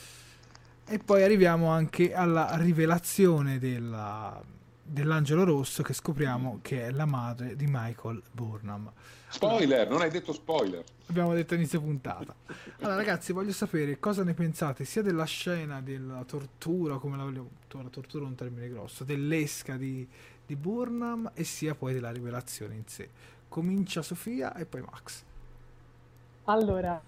E poi arriviamo anche alla rivelazione dell'angelo rosso, che scopriamo che è la madre di Michael Burnham. Spoiler, non hai detto spoiler. Abbiamo detto inizio puntata. Allora ragazzi, voglio sapere cosa ne pensate sia della scena della tortura, come la vogliamo, la tortura è un termine grosso, dell'esca di Burnham, e sia poi della rivelazione in sé. Comincia Sofia e poi Max. Allora,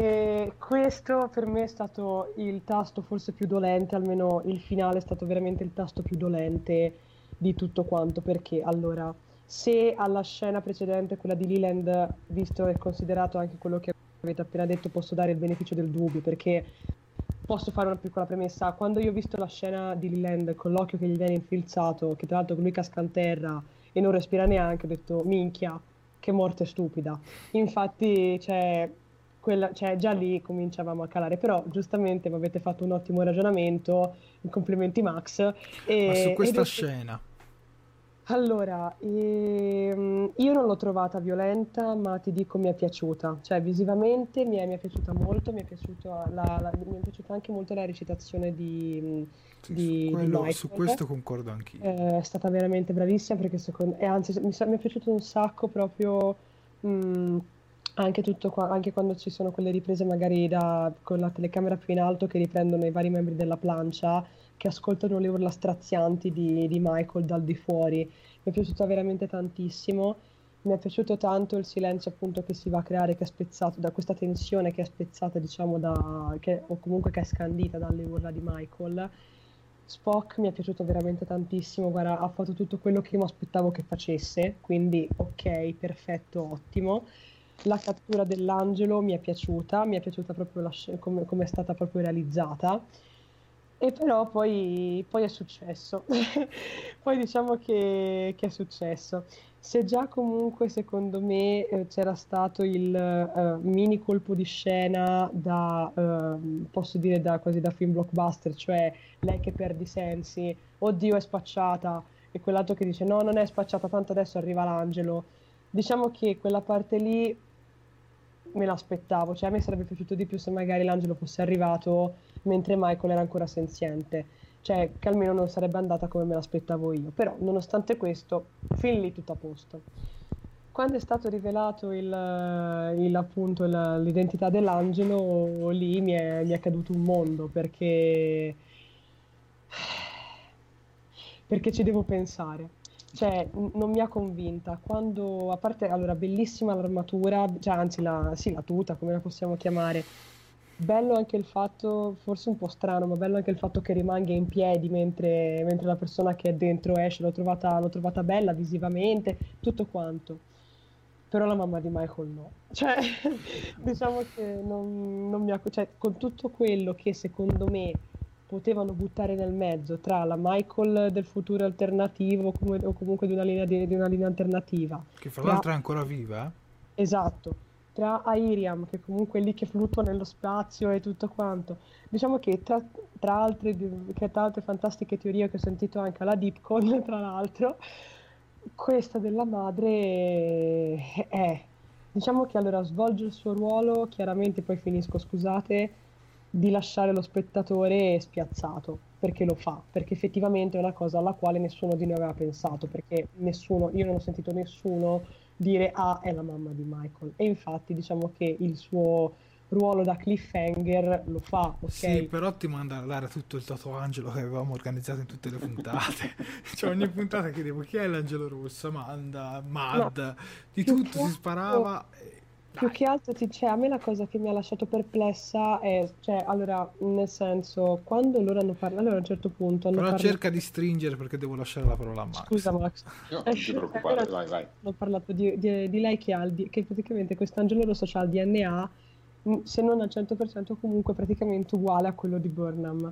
questo per me è stato il tasto forse più dolente, almeno il finale è stato veramente il tasto più dolente di tutto quanto, perché allora se alla scena precedente, quella di Leland, visto e considerato anche quello che avete appena detto, posso dare il beneficio del dubbio, perché posso fare una piccola premessa. Quando io ho visto la scena di Leland con l'occhio che gli viene infilzato, che tra l'altro lui casca in terra e non respira neanche, ho detto minchia, che morte stupida. Infatti già lì cominciavamo a calare, però giustamente mi avete fatto un ottimo ragionamento, complimenti Max. Ma su questa scena? Allora, io non l'ho trovata violenta, ma ti dico mi è piaciuta, cioè visivamente mi è piaciuta molto, mi è piaciuta anche molto la recitazione di Michael. Su questo concordo anch'io. È stata veramente bravissima, perché anzi mi è piaciuto un sacco proprio anche quando ci sono quelle riprese magari con la telecamera più in alto che riprendono i vari membri della plancia, che ascoltano le urla strazianti di Michael dal di fuori. Mi è piaciuta veramente tantissimo. Mi è piaciuto tanto il silenzio appunto che si va a creare, che è spezzato da questa tensione che è spezzata, diciamo, o comunque che è scandita dalle urla di Michael. Spock mi è piaciuto veramente tantissimo, guarda, ha fatto tutto quello che io mi aspettavo che facesse, quindi ok, perfetto, ottimo. La cattura dell'angelo mi è piaciuta proprio come è stata proprio realizzata. E però poi è successo. Poi diciamo che è successo. Se già comunque secondo me c'era stato il mini colpo di scena posso dire quasi da film blockbuster, cioè lei che perde i sensi, oddio è spacciata, e quell'altro che dice no, non è spacciata, tanto adesso arriva l'angelo. Diciamo che quella parte lì me l'aspettavo, cioè a me sarebbe piaciuto di più se magari l'angelo fosse arrivato mentre Michael era ancora senziente, cioè che almeno non sarebbe andata come me l'aspettavo io. Però nonostante questo, fin lì tutto a posto. Quando è stato rivelato l'identità dell'angelo, lì mi è caduto un mondo, perché ci devo pensare. Cioè, non mi ha convinta. Quando, a parte, allora, bellissima l'armatura, cioè, anzi, la tuta, come la possiamo chiamare. Bello anche il fatto, forse un po' strano, ma bello anche il fatto che rimanga in piedi mentre la persona che è dentro esce. L'ho trovata bella visivamente, tutto quanto. Però la mamma di Michael no. Cioè, diciamo che non mi ha... Cioè, con tutto quello che secondo me potevano buttare nel mezzo tra la Michael del futuro alternativo o comunque di una linea alternativa, che fra l'altro è ancora viva, esatto, tra Airiam che comunque è lì che fluttua nello spazio e tutto quanto, diciamo che tra altre fantastiche teorie che ho sentito anche alla Deepcon, tra l'altro questa della madre è, diciamo che allora svolge il suo ruolo, chiaramente poi finisco, scusate, di lasciare lo spettatore spiazzato, perché lo fa, perché effettivamente è una cosa alla quale nessuno di noi aveva pensato, perché io non ho sentito nessuno dire è la mamma di Michael, e infatti diciamo che il suo ruolo da cliffhanger lo fa, ok? Sì, però ti manda a dare tutto il tatuangelo che avevamo organizzato in tutte le puntate. Cioè ogni puntata chiedevo chi è l'angelo rosso, Mad, di tutto si sparava. Più che altro a me la cosa che mi ha lasciato perplessa è, cioè, allora, nel senso, quando loro hanno parlato, allora a un certo punto però cerca di stringere, perché devo lasciare la parola a Max. Scusa Max. No, non ti preoccupare, vai. Hanno parlato di lei che praticamente quest'angelo rosso ha il DNA, se non al 100% comunque praticamente uguale a quello di Burnham.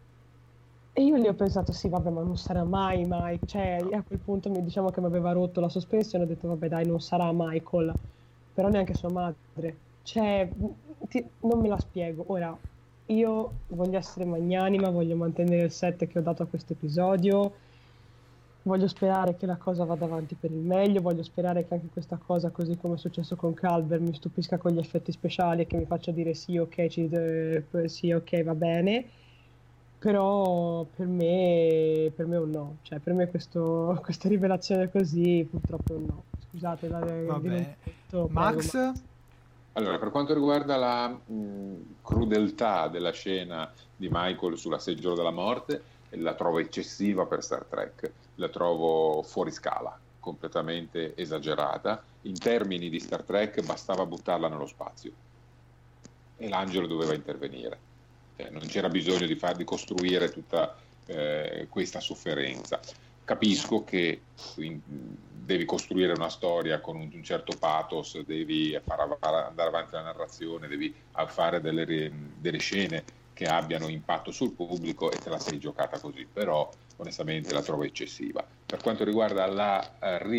E io lì ho pensato, sì vabbè, ma non sarà mai, cioè a quel punto diciamo che mi aveva rotto la sospensione, ho detto vabbè dai, non sarà Michael. Però neanche sua madre, cioè non me la spiego. Ora, io voglio essere magnanima, voglio mantenere il set che ho dato a questo episodio, voglio sperare che la cosa vada avanti per il meglio, voglio sperare che anche questa cosa, così come è successo con Culber, mi stupisca con gli effetti speciali e che mi faccia dire sì ok, va bene. Però per me è un no, cioè per me questa rivelazione così purtroppo è un no. Scusate, va bene. Max? Allora, per quanto riguarda la crudeltà della scena di Michael sulla seggiola della morte, la trovo eccessiva per Star Trek, la trovo fuori scala, completamente esagerata. In termini di Star Trek bastava buttarla nello spazio e l'angelo doveva intervenire. Non c'era bisogno di costruire tutta questa sofferenza. Capisco che devi costruire una storia con un certo pathos, devi andare avanti la narrazione, devi fare delle scene che abbiano impatto sul pubblico, e te la sei giocata così, però onestamente la trovo eccessiva. Per quanto riguarda la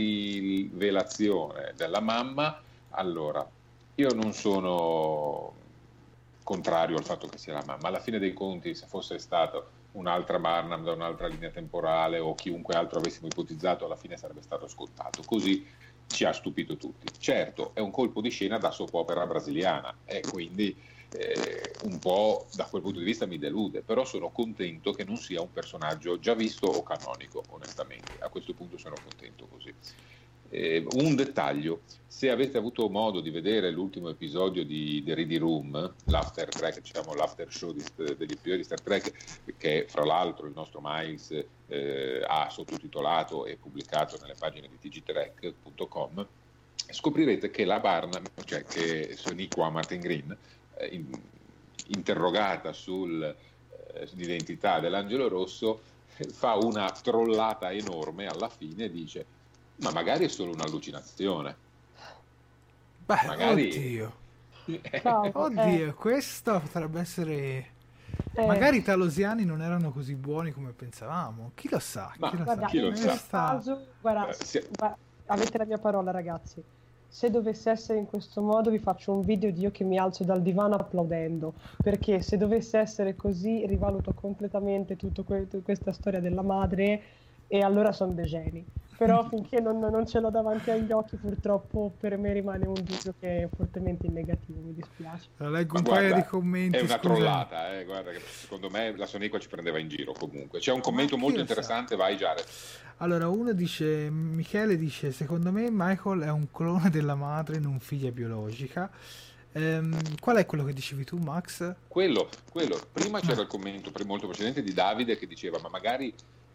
rivelazione della mamma, allora, io non sono contrario al fatto che sia la mamma. Alla fine dei conti, se fosse stato un'altra Barnum da un'altra linea temporale o chiunque altro avessimo ipotizzato, alla fine sarebbe stato scontato. Così ci ha stupito tutti. Certo, è un colpo di scena da soap opera brasiliana, e quindi un po' da quel punto di vista mi delude, però sono contento che non sia un personaggio già visto o canonico, onestamente. A questo punto sono contento così. Un dettaglio: se avete avuto modo di vedere l'ultimo episodio di The Ready Room, l'after track, diciamo l'after show degli episodi di Star Trek, che fra l'altro il nostro Miles ha sottotitolato e pubblicato nelle pagine di tgtrek.com, scoprirete che la Barnum, cioè che Sonequa Martin Green, interrogata sull'identità dell'Angelo Rosso, fa una trollata enorme alla fine e dice: ma magari è solo un'allucinazione. Beh, magari... oddio, questo potrebbe essere... Magari i talosiani non erano così buoni come pensavamo. Chi lo sa? Chi lo sa? Guarda, avete la mia parola, ragazzi. Se dovesse essere in questo modo, vi faccio un video di io che mi alzo dal divano applaudendo, perché se dovesse essere così rivaluto completamente tutta questa storia della madre, e allora sono dei geni. Però finché non ce l'ho davanti agli occhi, purtroppo per me rimane un video che è fortemente in negativo, mi dispiace. Leggo un paio di commenti. È una trollata, guarda che secondo me la Sonequa ci prendeva in giro comunque. C'è un commento molto interessante, vai Jared. Allora, uno dice, Michele dice: secondo me Michael è un clone della madre, non figlia biologica. Qual è quello che dicevi tu, Max? Quello. Prima c'era il commento molto precedente di Davide che diceva: ma magari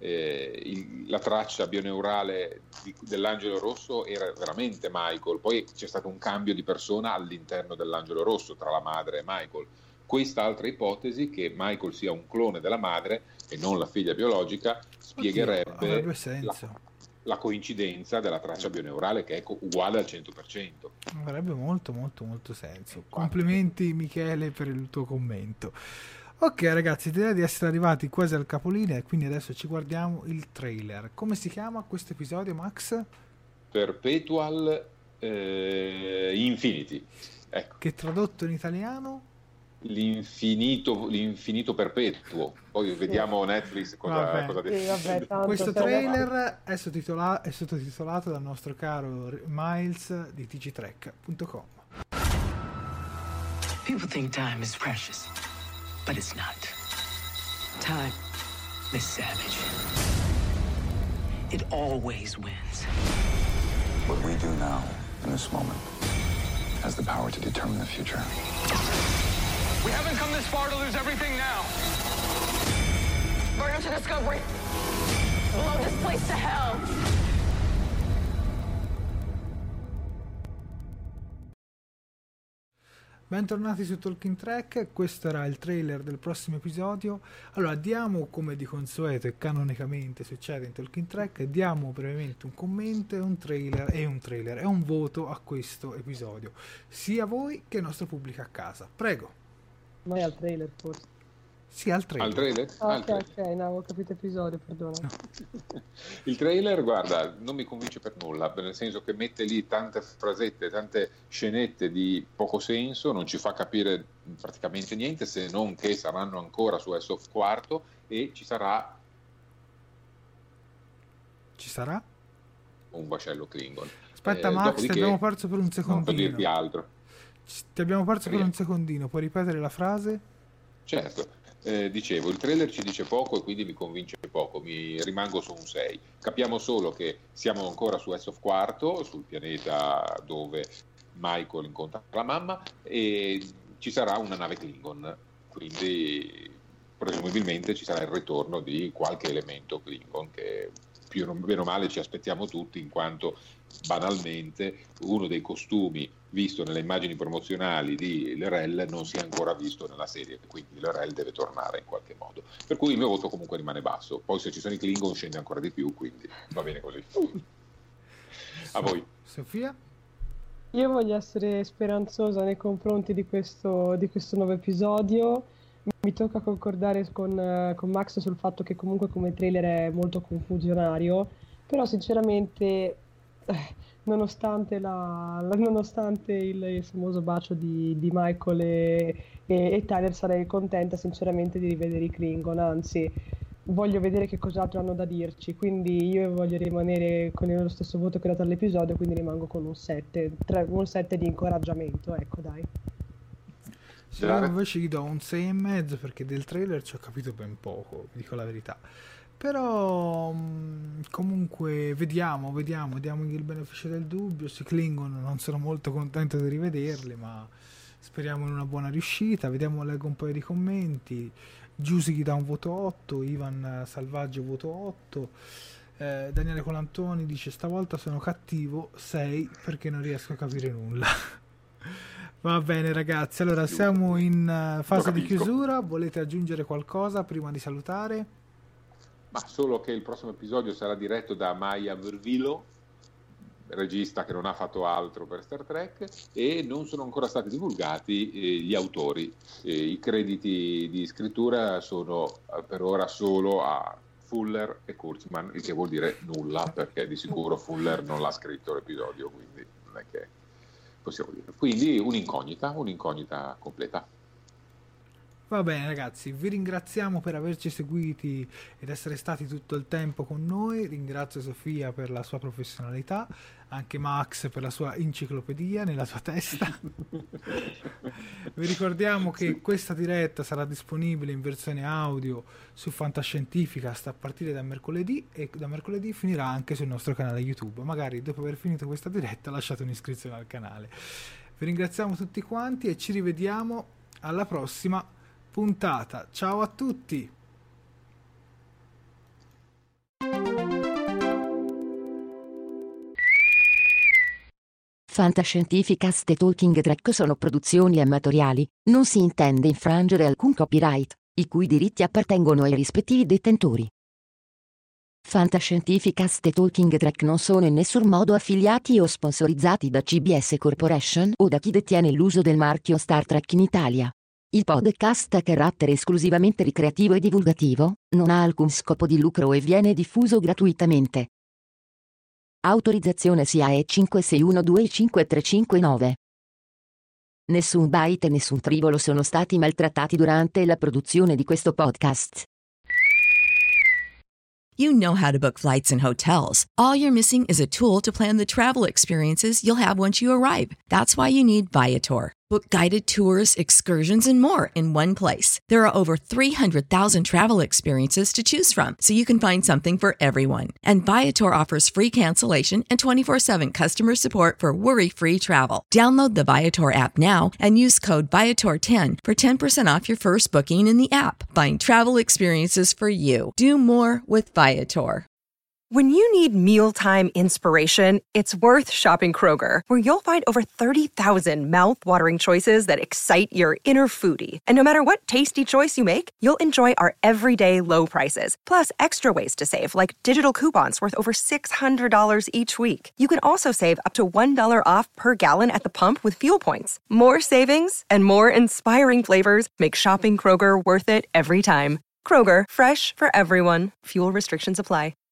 la traccia bioneurale dell'Angelo Rosso era veramente Michael, poi c'è stato un cambio di persona all'interno dell'Angelo Rosso tra la madre e Michael. Questa altra ipotesi, che Michael sia un clone della madre e non la figlia biologica, spiegherebbe la coincidenza della traccia bioneurale, che è uguale al 100%. Avrebbe molto molto molto senso. Complimenti Michele per il tuo commento. Ok ragazzi, direi di essere arrivati quasi al capolinea, e quindi adesso ci guardiamo il trailer. Come si chiama questo episodio, Max? Perpetual Infinity. Ecco. Che tradotto in italiano? L'infinito perpetuo. Poi vediamo Netflix cosa decide. Questo trailer è sottotitolato dal nostro caro Miles di tgtrek.com. People think time is precious. But it's not. Time is savage. It always wins. What we do now, in this moment, has the power to determine the future. We haven't come this far to lose everything now. Burn to Discovery. Blow this place to hell. Bentornati su Talking Trek, questo era il trailer del prossimo episodio. Allora, diamo, come di consueto e canonicamente succede in Talking Trek, diamo brevemente un commento e un trailer e un voto a questo episodio, sia voi che il nostro pubblico a casa. Prego. Vai al trailer forse. Sì, al trailer. Al trailer? Ok, no, ho capito episodio, perdono. No. Il trailer, guarda, non mi convince per nulla, nel senso che mette lì tante frasette, tante scenette di poco senso, non ci fa capire praticamente niente, se non che saranno ancora su Soft Quarto e ci sarà un vascello Klingon. Aspetta Max, ti abbiamo perso per un secondino. Non per dirti altro. Ti abbiamo perso per un secondino, puoi ripetere la frase? Certo. Dicevo, il trailer ci dice poco e quindi mi convince poco, mi rimango su un 6. Capiamo solo che siamo ancora su Soft Quarto, sul pianeta dove Michael incontra la mamma, e ci sarà una nave Klingon, quindi presumibilmente ci sarà il ritorno di qualche elemento Klingon che più o meno male ci aspettiamo tutti, in quanto banalmente uno dei costumi visto nelle immagini promozionali di L'Rel non si è ancora visto nella serie, quindi L'Rel deve tornare in qualche modo, per cui il mio voto comunque rimane basso. Poi se ci sono i Klingon scende ancora di più, quindi va bene così. A voi. Sofia? Io voglio essere speranzosa nei confronti di questo nuovo episodio. Mi tocca concordare con Max sul fatto che comunque come trailer è molto confusionario, però sinceramente, nonostante il famoso bacio di Michael e Tyler, sarei contenta sinceramente di rivedere i Klingon, anzi voglio vedere che cos'altro hanno da dirci, quindi io voglio rimanere con lo stesso voto che ho dato all'episodio, quindi rimango con un 7 di incoraggiamento, ecco dai. Sì, io invece gli do un 6,5 perché del trailer ci ho capito ben poco, vi dico la verità. Però comunque vediamo, diamogli il beneficio del dubbio. Sui Klingon non sono molto contento di rivederli, ma speriamo in una buona riuscita. Vediamo, leggo un paio di commenti. Giusy gli dà un voto 8, Ivan Salvaggio voto 8, Daniele Colantoni dice stavolta sono cattivo 6 perché non riesco a capire nulla. Va bene ragazzi, allora siamo in fase di chiusura, volete aggiungere qualcosa prima di salutare? Ma solo che il prossimo episodio sarà diretto da Maya Vervilo, regista che non ha fatto altro per Star Trek, e non sono ancora stati divulgati gli autori. I crediti di scrittura sono per ora solo a Fuller e Kurtzman, il che vuol dire nulla, perché di sicuro Fuller non l'ha scritto l'episodio, quindi non è che possiamo dire. Quindi un'incognita completa. Va bene ragazzi, vi ringraziamo per averci seguiti ed essere stati tutto il tempo con noi. Ringrazio Sofia per la sua professionalità, anche Max per la sua enciclopedia nella sua testa. Vi ricordiamo che questa diretta sarà disponibile in versione audio su Fantascientificast a partire da mercoledì, e da mercoledì finirà anche sul nostro canale YouTube. Magari dopo aver finito questa diretta lasciate un'iscrizione al canale. Vi ringraziamo tutti quanti e ci rivediamo alla prossima puntata. Ciao a tutti. Fantascientificast e Talking Trek sono produzioni amatoriali, non si intende infrangere alcun copyright, i cui diritti appartengono ai rispettivi detentori. Fantascientificast e Talking Trek non sono in nessun modo affiliati o sponsorizzati da CBS Corporation o da chi detiene l'uso del marchio Star Trek in Italia. Il podcast ha carattere esclusivamente ricreativo e divulgativo, non ha alcun scopo di lucro e viene diffuso gratuitamente. Autorizzazione SIAE 56125359. Nessun byte e nessun tribolo sono stati maltrattati durante la produzione di questo podcast. You know how to book flights and hotels. All you're missing is a tool to plan the travel experiences you'll have once you arrive. That's why you need Viator. Book guided tours, excursions, and more in one place. There are over 300,000 travel experiences to choose from, so you can find something for everyone. And Viator offers free cancellation and 24/7 customer support for worry-free travel. Download the Viator app now and use code Viator10 for 10% off your first booking in the app. Find travel experiences for you. Do more with Viator. When you need mealtime inspiration, it's worth shopping Kroger, where you'll find over 30,000 mouth-watering choices that excite your inner foodie. And no matter what tasty choice you make, you'll enjoy our everyday low prices, plus extra ways to save, like digital coupons worth over $600 each week. You can also save up to $1 off per gallon at the pump with fuel points. More savings and more inspiring flavors make shopping Kroger worth it every time. Kroger, fresh for everyone. Fuel restrictions apply.